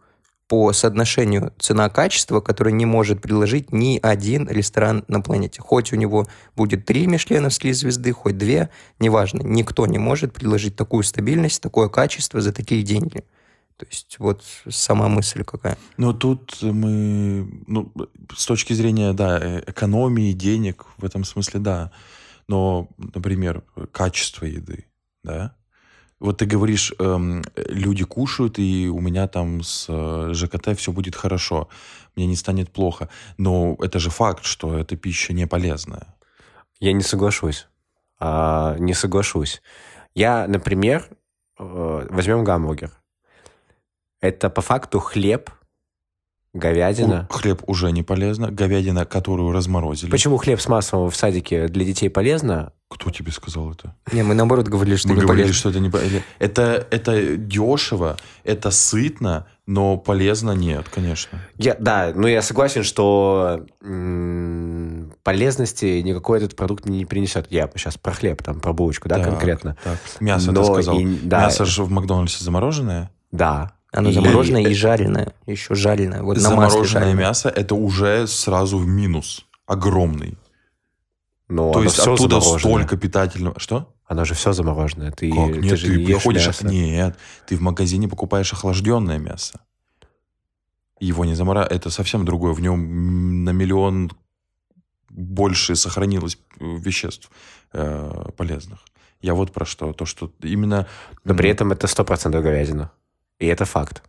по соотношению цена-качество, которое не может предложить ни один ресторан на планете. Хоть у него будет 3 мишленовские звезды, хоть 2, неважно. Никто не может предложить такую стабильность, такое качество за такие деньги. То есть вот сама мысль какая. Но тут мы, с точки зрения, да, экономии, денег, в этом смысле, да. Но, например, качество еды, да. Вот ты говоришь, люди кушают, и у меня там с ЖКТ все будет хорошо, мне не станет плохо. Но это же факт, что эта пища не полезная. Я не соглашусь. Не соглашусь. Я, например, возьмем гамбургер. Это по факту хлеб, говядина. Хлеб уже не полезно. Говядина, которую разморозили. Почему хлеб с маслом в садике для детей полезно? Кто тебе сказал это? Не, мы наоборот говорили, что Мы не говорили, полезно. что это не полезно. Это дешево, это сытно, но полезно нет, конечно. Я согласен, что полезности никакой этот продукт не принесет. Я сейчас про хлеб, там, про булочку, да, конкретно. Так. Мясо, ты сказал. Мясо же в Макдональдсе замороженное? Да. Оно замороженное и жареное. Еще жареное. Вот на масле замороженное жареное. мясо, это уже сразу в минус. Огромный. Но То есть оттуда замороженное. столько питательного... Что? Оно же все замороженное. Ты, Как? ты Нет, же ты не ешь приходишь... мясо. Нет, ты в магазине покупаешь охлажденное мясо. Его не замораживают. Это совсем другое. В нем на миллион больше сохранилось веществ полезных. Я вот про что. То, что именно... Но при этом это 100% говядина. И это факт.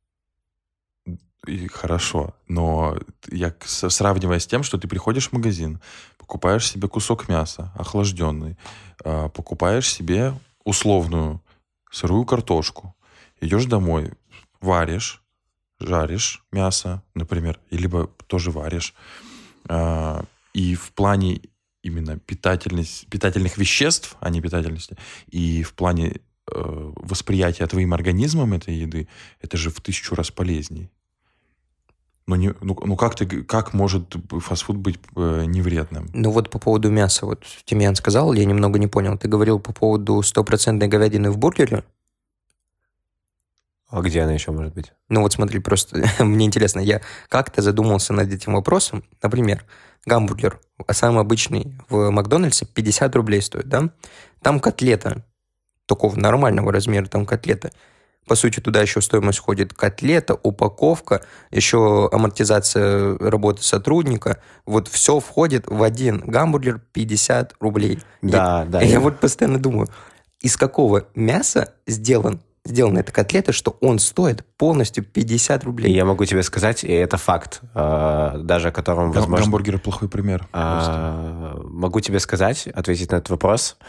И хорошо, но я сравнивая с тем, что ты приходишь в магазин, покупаешь себе кусок мяса, охлажденный, покупаешь себе условную сырую картошку, идешь домой, варишь, жаришь мясо, например, либо тоже варишь, и в плане именно питательных веществ, а не питательности, и в плане восприятия твоим организмом этой еды, это же в 1000 раз полезней. Как может фастфуд быть невредным? Ну вот по поводу мяса, вот Тимьян сказал, я немного не понял. Ты говорил по поводу 100% говядины в бургере? А где она еще может быть? Ну вот смотри, просто мне интересно, я как-то задумался над этим вопросом. Например, гамбургер, самый обычный в Макдональдсе, 50 рублей стоит, да? Там котлета, такого нормального размера, там котлета. По сути, туда еще стоимость входит котлета, упаковка, еще амортизация работы сотрудника. Вот все входит в один гамбургер 50 рублей. Да. Я вот постоянно думаю, из какого мяса сделана эта котлета, что он стоит полностью 50 рублей. И я могу тебе сказать, и это факт, даже о котором, возможно... Гамбургер плохой пример. Могу тебе сказать, ответить на этот вопрос.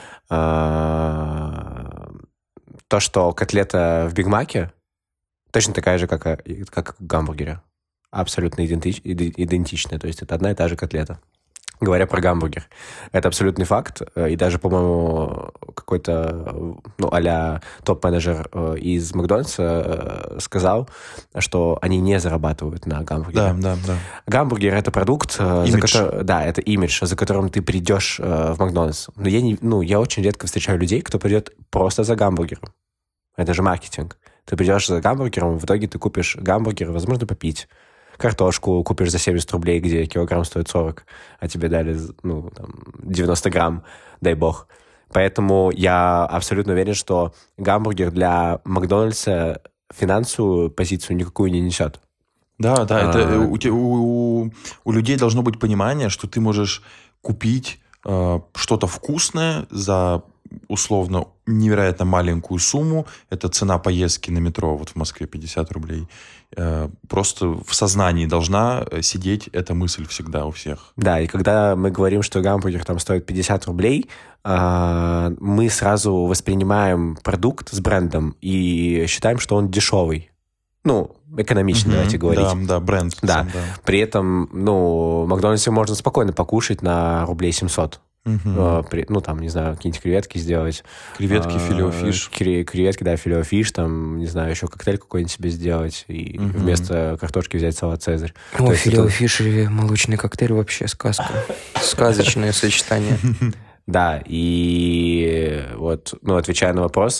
То, что котлета в Биг Маке точно такая же, как в гамбургере. Абсолютно идентичная. То есть это одна и та же котлета. Говоря про гамбургер. Это абсолютный факт. И даже, по-моему, какой-то а-ля топ-менеджер из Макдональдса сказал, что они не зарабатывают на гамбургере. Да. Гамбургер — это продукт, это имидж, за которым ты придешь в Макдональдс. Но я очень редко встречаю людей, кто придет просто за гамбургером. Это же маркетинг. Ты придешь за гамбургером, в итоге ты купишь гамбургер, возможно, попить. Картошку купишь за 70 рублей, где килограмм стоит 40, а тебе дали 90 грамм, дай бог. Поэтому я абсолютно уверен, что гамбургер для Макдональдса финансовую позицию никакую не несет. Да, это у людей должно быть понимание, что ты можешь купить что-то вкусное за условно невероятно маленькую сумму. Это цена поездки на метро вот в Москве 50 рублей. Просто в сознании должна сидеть эта мысль всегда у всех. Да, и когда мы говорим, что гамбургер там стоит 50 рублей, мы сразу воспринимаем продукт с брендом и считаем, что он дешевый. Экономично, давайте говорить. Да, бренд. Да. При этом, в Макдональдсе можно спокойно покушать на рублей 700. Не знаю, какие-нибудь креветки сделать. Креветки, филе-о-фиш. Креветки, да, филе-о-фиш, не знаю, еще коктейль какой-нибудь себе сделать и вместо картошки взять салат «Цезарь». О, филе-о-фиш и молочный коктейль вообще сказка. Сказочное сочетание. Да, и вот, отвечая на вопрос,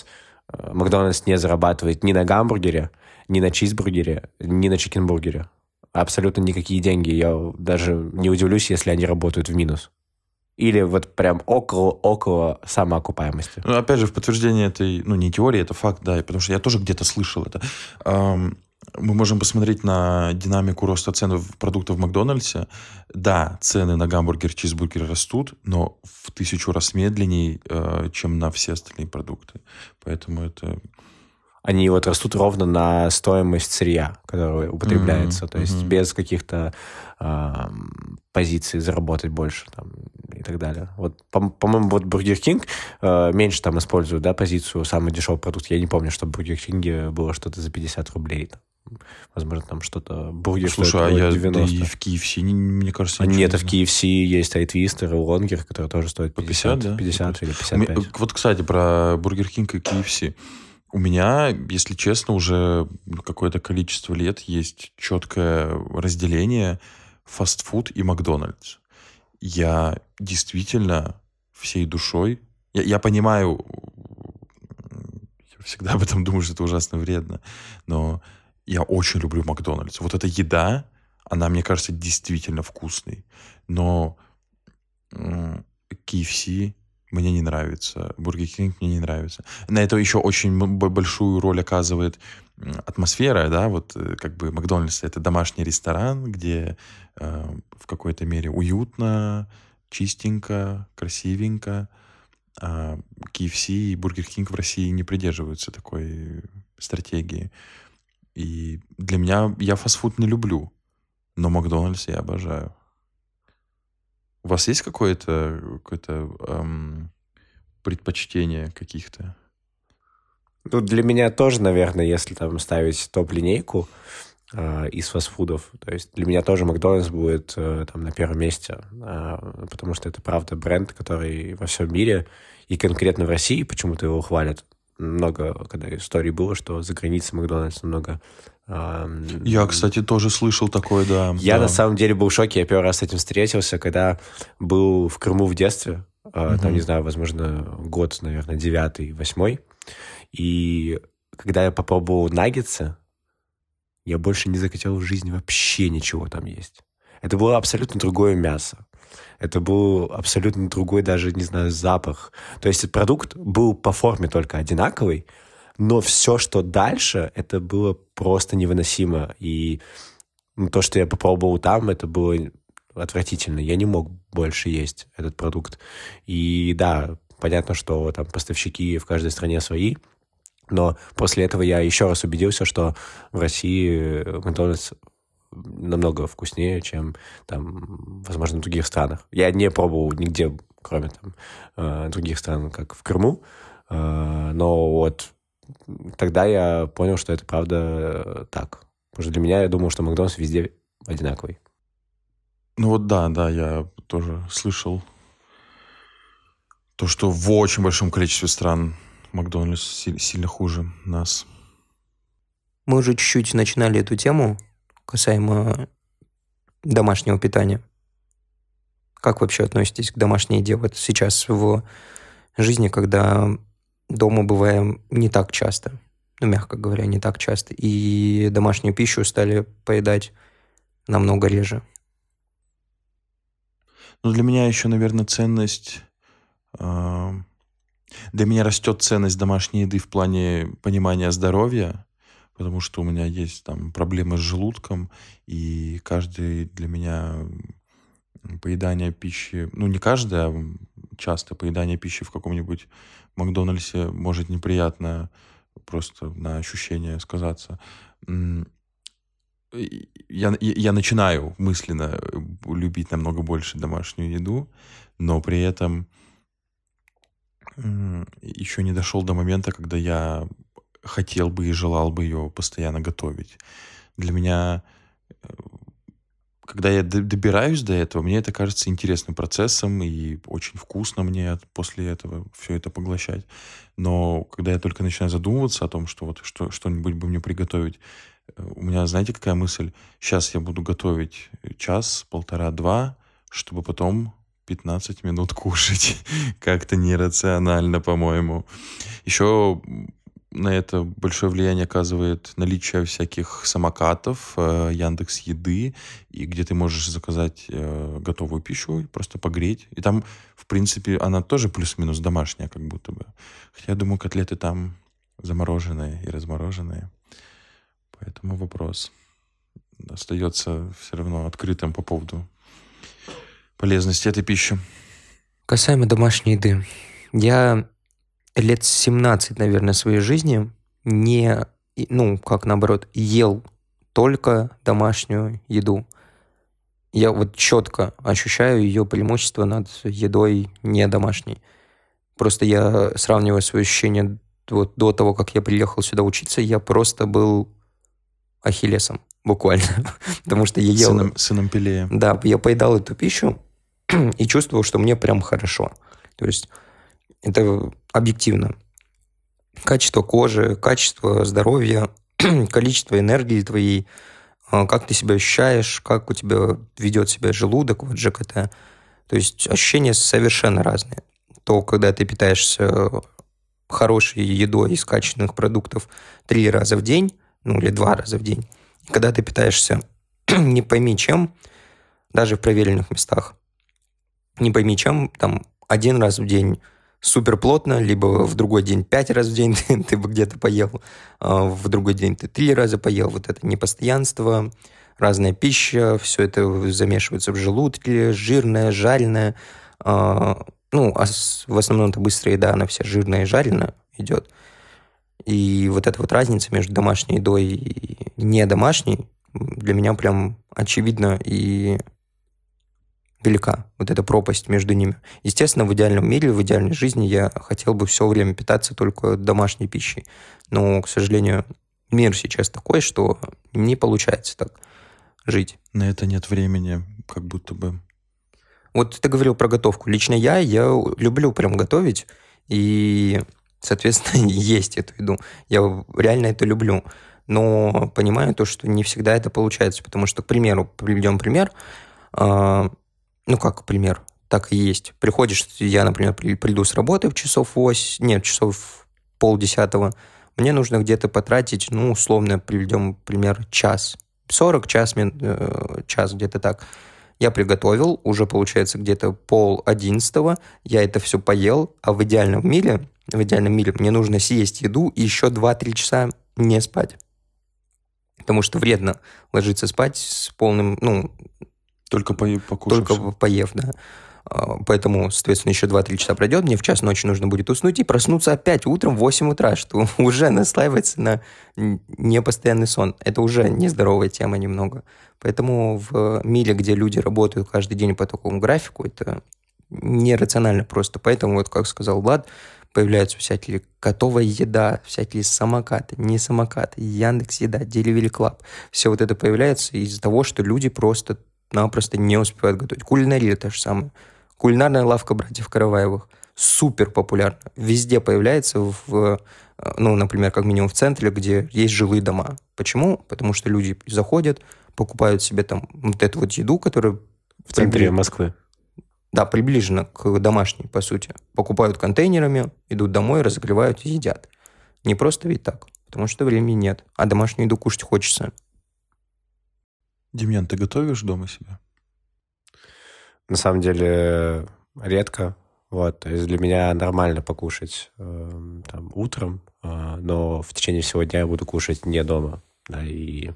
Макдональдс не зарабатывает ни на гамбургере, ни на чизбургере, ни на чикенбургере. Абсолютно никакие деньги. Я даже не удивлюсь, если они работают в минус. Или вот прям около самоокупаемости. Ну, опять же, в подтверждение этой, ну, не теории, это факт, да, потому что я тоже где-то слышал это. Мы можем посмотреть на динамику роста цен продуктов в Макдональдсе. Да, цены на гамбургер, чизбургер растут, но в 1000 раз медленнее, чем на все остальные продукты. Поэтому это... Они вот растут ровно на стоимость сырья, которое употребляется. То есть без каких-то позиций заработать больше там, и так далее. Вот, по-моему, вот Burger King меньше там используют, да, позицию самый дешевый продукт. Я не помню, что в Burger King было что-то за 50 рублей. Там. Возможно, там что-то... Бургер Слушай, а 90. Да и в KFC, мне кажется, нет, в KFC есть айтвистер и лонгер, который тоже стоит 50, да? 50 или 55. Вот, кстати, про Burger King и KFC. У меня, если честно, уже какое-то количество лет есть четкое разделение фастфуд и Макдональдс. Я действительно всей душой... Я понимаю, я всегда об этом думаю, что это ужасно вредно, но я очень люблю Макдональдс. Вот эта еда, она, мне кажется, действительно вкусной. Но KFC... мне не нравится. Бургер Кинг мне не нравится. На это еще очень большую роль оказывает атмосфера, да, вот как бы Макдональдс — это домашний ресторан, где в какой-то мере уютно, чистенько, красивенько. А KFC и Бургер Кинг в России не придерживаются такой стратегии. И для меня... Я фастфуд не люблю, но Макдональдс я обожаю. У вас есть какое-то предпочтение каких-то? Ну, для меня тоже, наверное, если там ставить топ-линейку из фастфудов, то есть для меня тоже Макдональдс будет там на первом месте, потому что это, правда, бренд, который во всем мире и конкретно в России почему-то его хвалят. Много, когда историй было, что за границей Макдональдс намного... Я, кстати, тоже слышал такое, да. Я на самом деле был в шоке. Я первый раз с этим встретился, когда был в Крыму в детстве. Там, не знаю, возможно, год, наверное, 9-й, 8-й. И когда я попробовал наггетсы, я больше не захотел в жизни вообще ничего там есть. Это было абсолютно другое мясо. Это был абсолютно другой даже, не знаю, запах. То есть продукт был по форме только одинаковый, но все, что дальше, это было просто невыносимо. И то, что я попробовал там, это было отвратительно. Я не мог больше есть этот продукт. И да, понятно, что там поставщики в каждой стране свои, но после этого я еще раз убедился, что в России Макдональдс намного вкуснее, чем там, возможно, в других странах. Я не пробовал нигде, кроме там других стран, как в Крыму, но вот тогда я понял, что это правда так. Потому что для меня, я думал, что Макдональдс везде одинаковый. Ну вот да, я тоже слышал то, что в очень большом количестве стран Макдональдс сильно хуже нас. Мы уже чуть-чуть начинали эту тему касаемо домашнего питания. Как вообще относитесь к домашней еде вот сейчас в жизни, когда дома бываем не так часто, ну, мягко говоря, не так часто, и домашнюю пищу стали поедать намного реже? Ну, для меня еще, наверное, ценность... Для меня растет ценность домашней еды в плане понимания здоровья, потому что у меня есть там проблемы с желудком, и каждый для меня поедание пищи, ну, не каждый, а часто поедание пищи в каком-нибудь Макдональдсе может неприятно просто на ощущение сказаться. Я начинаю мысленно любить намного больше домашнюю еду, но при этом еще не дошел до момента, когда я хотел бы и желал бы ее постоянно готовить. Для меня, когда я добираюсь до этого, мне это кажется интересным процессом, и очень вкусно мне после этого все это поглощать. Но когда я только начинаю задумываться о том, что вот что-нибудь бы мне приготовить, у меня, знаете, какая мысль? Сейчас я буду готовить час, полтора, два, чтобы потом 15 минут кушать. Как-то нерационально, по-моему. Еще на это большое влияние оказывает наличие всяких самокатов, Яндекс.Еды, и где ты можешь заказать готовую пищу и просто погреть. И там, в принципе, она тоже плюс-минус домашняя, как будто бы. Хотя, я думаю, котлеты там замороженные и размороженные. Поэтому вопрос остается все равно открытым по поводу полезности этой пищи. Касаемо домашней еды. Я лет 17, наверное, своей жизни наоборот, ел только домашнюю еду. Я вот четко ощущаю ее преимущество над едой не домашней. Просто я сравниваю свои ощущения вот до того, как я приехал сюда учиться, я просто был ахиллесом, буквально. Потому что я ел... Сыном Пелея. Да, я поедал эту пищу и чувствовал, что мне прям хорошо. То есть это объективно. Качество кожи, качество здоровья, количество энергии твоей, как ты себя ощущаешь, как у тебя ведет себя желудок, вот ЖКТ. То есть ощущения совершенно разные. То, когда ты питаешься хорошей едой из качественных продуктов 3 раза в день, или 2 раза в день, и когда ты питаешься не пойми чем, даже в проверенных местах, не пойми чем, там 1 раз в день супер плотно, либо в другой день 5 раз в день ты бы где-то поел, в другой день ты 3 раза поел. Вот это непостоянство, разная пища, все это замешивается в желудке, жирное, жареное. В основном это быстрая еда, она вся жирная и жареная идет. И вот эта вот разница между домашней едой и не домашней для меня прям очевидна и велика, вот эта пропасть между ними. Естественно, в идеальном мире, в идеальной жизни я хотел бы все время питаться только домашней пищей. Но, к сожалению, мир сейчас такой, что не получается так жить. На это нет времени, как будто бы. Вот ты говорил про готовку. Лично я люблю прям готовить и, соответственно, есть эту еду. Я реально это люблю. Но понимаю то, что не всегда это получается, потому что, к примеру, приведем пример. Как пример, так и есть. Приходишь, я, например, приду с работы в часов 9:30. Мне нужно где-то потратить, условно, приведем пример, час. 40, час где-то так. Я приготовил, уже получается где-то 10:30, я это все поел, а в идеальном мире мне нужно съесть еду и еще 2-3 часа не спать. Потому что вредно ложиться спать с полным, Только покушав. Только поев, да. Поэтому, соответственно, еще 2-3 часа пройдет, мне в час ночи нужно будет уснуть и проснуться опять утром в 8 утра, что уже наслаивается на непостоянный сон. Это уже нездоровая тема немного. Поэтому в мире, где люди работают каждый день по такому графику, это нерационально просто. Поэтому, вот как сказал Влад, появляются всякие готовая еда, всякие самокаты, не самокаты, Яндекс.Еда, Delivery Club. Все вот это появляется из-за того, что люди просто-напросто не успевают готовить. Кулинария та же самая. Кулинарная лавка братьев Караваевых. Супер популярна. Везде появляется, например, как минимум в центре, где есть жилые дома. Почему? Потому что люди заходят, покупают себе там вот эту вот еду, которая... В центре Москвы. Да, приближена к домашней, по сути. Покупают контейнерами, идут домой, разогревают и едят. Не просто ведь так, потому что времени нет. А домашнюю еду кушать хочется. Демьян, ты готовишь дома себе? На самом деле, редко. Вот, то есть для меня нормально покушать утром, но в течение всего дня я буду кушать не дома. Да, и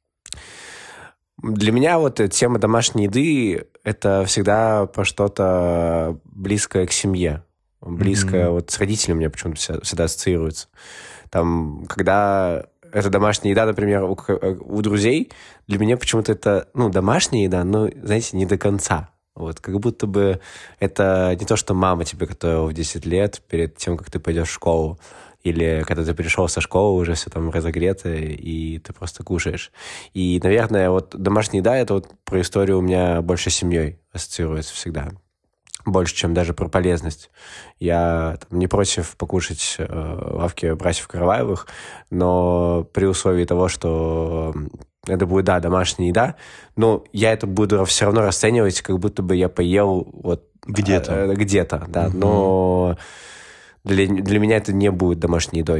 для меня вот тема домашней еды – это всегда про что-то близкое к семье. Близкое вот с родителями у меня почему-то всегда ассоциируется. Там, когда это домашняя еда, например, у друзей, для меня почему-то это, домашняя еда, но, знаете, не до конца. Вот, как будто бы это не то, что мама тебе готовила в 10 лет перед тем, как ты пойдешь в школу, или когда ты пришел со школы, уже все там разогрето, и ты просто кушаешь. И, наверное, вот домашняя еда, это вот про историю у меня больше с семьей ассоциируется всегда. Больше, чем даже про полезность. Я не против покушать в лавке братьев Караваевых, но при условии того, что это будет, да, домашняя еда, но я это буду все равно расценивать, как будто бы я поел вот где-то, да, но для меня это не будет домашней едой.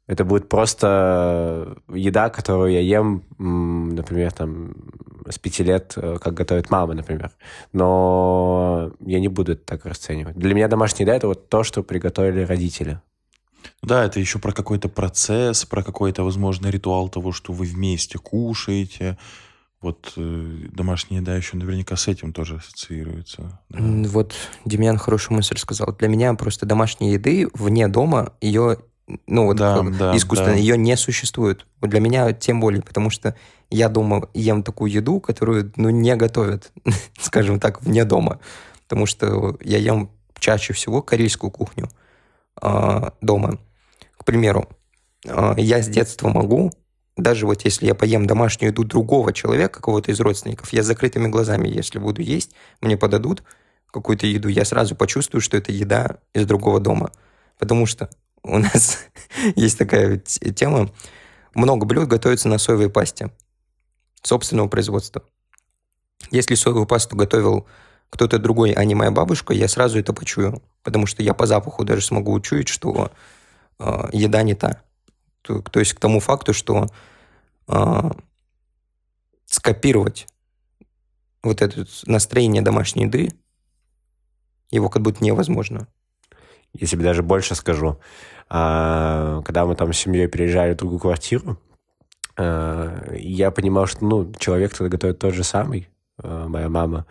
Это будет просто еда, которую я ем, например, там, с 5 лет, как готовит мама, например. Но я не буду это так расценивать. Для меня домашняя еда — это вот то, что приготовили родители. Да, это еще про какой-то процесс, про какой-то, возможно, ритуал того, что вы вместе кушаете. Вот домашняя еда еще наверняка с этим тоже ассоциируется. Да. Вот Демьян хорошую мысль сказал. Для меня просто домашней еды вне дома ее... Ну, вот искусственно, ее не существует. Вот для меня тем более, потому что я дома ем такую еду, которую, не готовят, скажем так, вне дома. Потому что я ем чаще всего корейскую кухню дома. К примеру, я с детства могу, даже вот если я поем домашнюю еду другого человека, кого-то из родственников, я с закрытыми глазами, если буду есть, мне подадут какую-то еду, я сразу почувствую, что это еда из другого дома. Потому что у нас есть такая тема. Много блюд готовится на соевой пасте собственного производства. Если соевую пасту готовил кто-то другой, а не моя бабушка, я сразу это почую. Потому что я по запаху даже смогу учуять, что еда не та. То есть к тому факту, что скопировать вот это настроение домашней еды, его как будто невозможно. Я тебе даже больше скажу. Когда мы там с семьей переезжали в другую квартиру, я понимал, что человек, который готовит тот же самый, моя мама,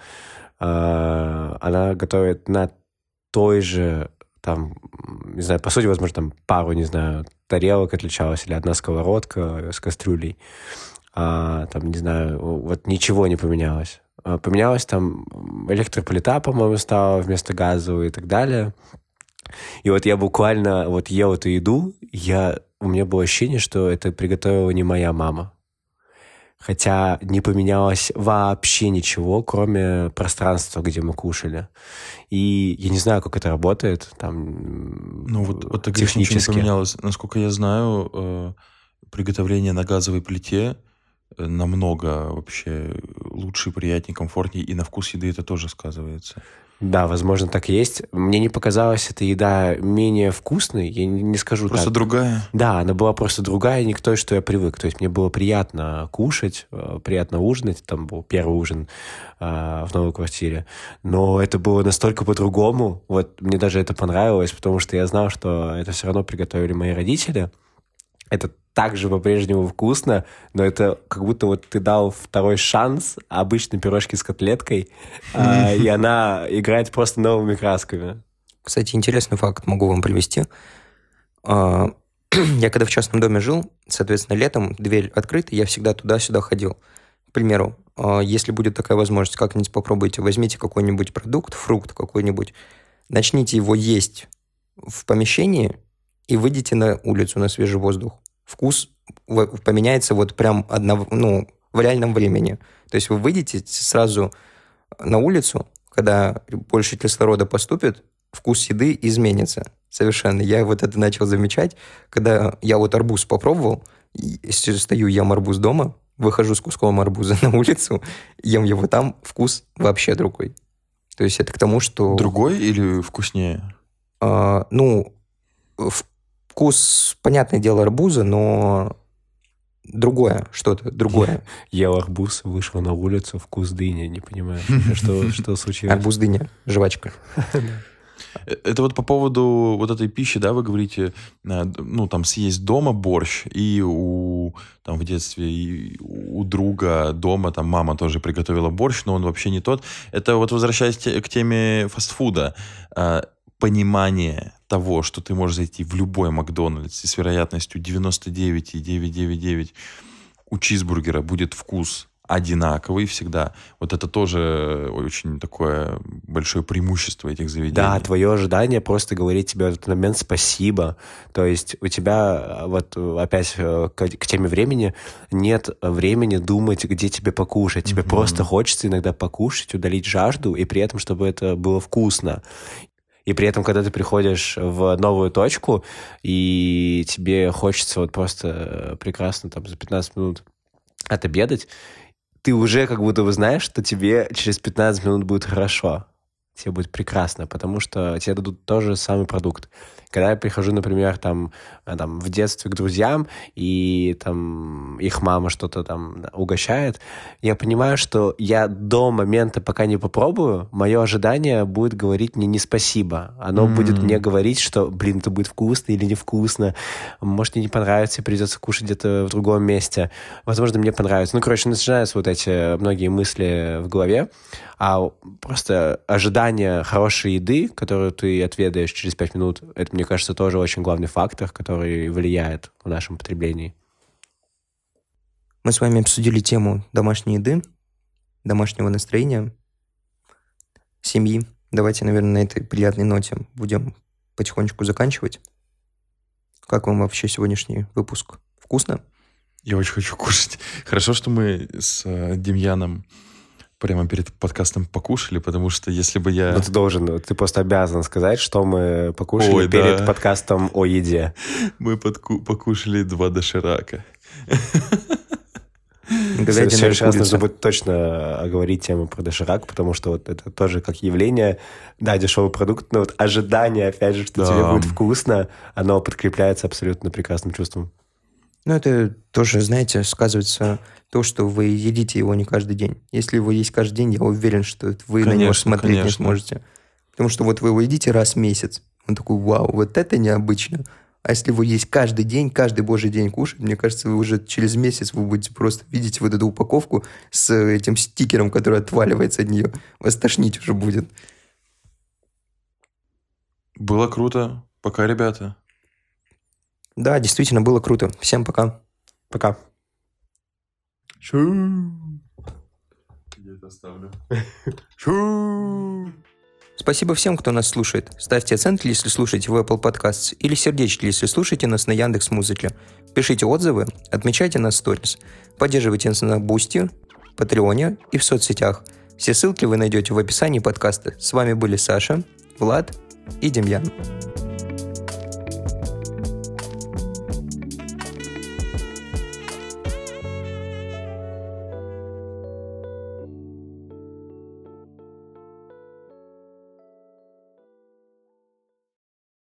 она готовит на той же, там, не знаю, по сути, возможно, там пару, не знаю, тарелок отличалась, или одна сковородка с кастрюлей. Там, не знаю, вот ничего не поменялось. Поменялась там электроплита, по-моему, стала вместо газовой и так далее. И вот я буквально ел эту еду, у меня было ощущение, что это приготовила не моя мама. Хотя не поменялось вообще ничего, кроме пространства, где мы кушали. И я не знаю, как это работает там вот так технически. Ничего не поменялось. Насколько я знаю, приготовление на газовой плите намного вообще лучше, приятнее, комфортнее, и на вкус еды это тоже сказывается. Да, возможно, так и есть. Мне не показалась эта еда менее вкусной, я не скажу просто так. Просто другая? Да, она была просто другая, не к той, что я привык. То есть мне было приятно кушать, приятно ужинать. Там был первый ужин в новой квартире. Но это было настолько по-другому. Вот мне даже это понравилось, потому что я знал, что это все равно приготовили мои родители. Это также по-прежнему вкусно, но это как будто ты дал второй шанс обычной пирожки с котлеткой, и она играет просто новыми красками. Кстати, интересный факт могу вам привести. Я когда в частном доме жил, соответственно, летом дверь открыта, я всегда туда-сюда ходил. К примеру, если будет такая возможность, как-нибудь попробуйте, возьмите какой-нибудь продукт, фрукт какой-нибудь, начните его есть в помещении и выйдите на улицу, на свежий воздух. Вкус поменяется прям в реальном времени. То есть вы выйдете сразу на улицу, когда больше кислорода поступит, вкус еды изменится совершенно. Я это начал замечать, когда я арбуз попробовал, стою, ем арбуз дома, выхожу с куском арбуза на улицу, ем его там, вкус вообще другой. То есть это к тому, что... Другой или вкуснее? Вкус, понятное дело, арбуза, но другое, что-то другое. Ел арбуз, вышел на улицу, вкус дыни, не понимаю, что случилось. Арбуз, дыня, жвачка. Это по поводу этой пищи, да, вы говорите, там съесть дома борщ, и в детстве и у друга дома, там мама тоже приготовила борщ, но он вообще не тот. Это возвращаясь к теме фастфуда, понимание того, что ты можешь зайти в любой Макдональдс, и с вероятностью 99,999 у чизбургера будет вкус одинаковый всегда. Это тоже очень такое большое преимущество этих заведений. Да, твое ожидание просто говорит тебе в этот момент спасибо. То есть у тебя, опять к теме времени, нет времени думать, где тебе покушать. Тебе просто хочется иногда покушать, удалить жажду, и при этом, чтобы это было вкусно. И при этом, когда ты приходишь в новую точку, и тебе хочется просто прекрасно за 15 минут отобедать, ты уже как будто бы знаешь, что тебе через 15 минут будет хорошо. тебе будет прекрасно, потому что тебе дадут тоже самый продукт. Когда я прихожу, например, там в детстве к друзьям, и там их мама что-то там угощает, я понимаю, что я до момента, пока не попробую, мое ожидание будет говорить мне не спасибо. Оно будет мне говорить, что, блин, это будет вкусно или невкусно, может, мне не понравится, придется кушать где-то в другом месте. Возможно, мне понравится. Ну, короче, начинаются вот эти многие мысли в голове, а просто ожидание хорошей еды, которую ты отведаешь через 5 минут, это, мне кажется, тоже очень главный фактор, который влияет в нашем потреблении. Мы с вами обсудили тему домашней еды, домашнего настроения, семьи. Давайте, наверное, на этой приятной ноте будем потихонечку заканчивать. Как вам вообще сегодняшний выпуск? Вкусно? Я очень хочу кушать. Хорошо, что мы с Демьяном прямо перед подкастом покушали, потому что если бы я... Ну, ты просто обязан сказать, что мы покушали перед подкастом о еде. Мы покушали 2 доширака. В следующий раз нужно будет точно оговорить тему про доширак, потому что вот это тоже как явление, да, дешевый продукт, но вот ожидание, опять же, что тебе будет вкусно, оно подкрепляется абсолютно прекрасным чувством. Ну, это тоже, знаете, сказывается то, что вы едите его не каждый день. Если его есть каждый день, я уверен, что вы на него смотреть не сможете. Потому что вот вы его едите раз в месяц. Он такой, вау, вот это необычно. А если вы есть каждый день, каждый божий день кушать, мне кажется, вы уже через месяц вы будете просто видеть вот эту упаковку с этим стикером, который отваливается от нее. Вас тошнить уже будет. Было круто. Пока, ребята. Да, действительно, было круто. Всем пока. Пока. Я это оставлю. Спасибо всем, кто нас слушает. Ставьте оценки, если слушаете в Apple Podcasts, или сердечки, если слушаете нас на Яндекс.Музыке. Пишите отзывы, отмечайте нас в сторис. Поддерживайте нас на Бусти, Патреоне и в соцсетях. Все ссылки вы найдете в описании подкаста. С вами были Саша, Влад и Демьян.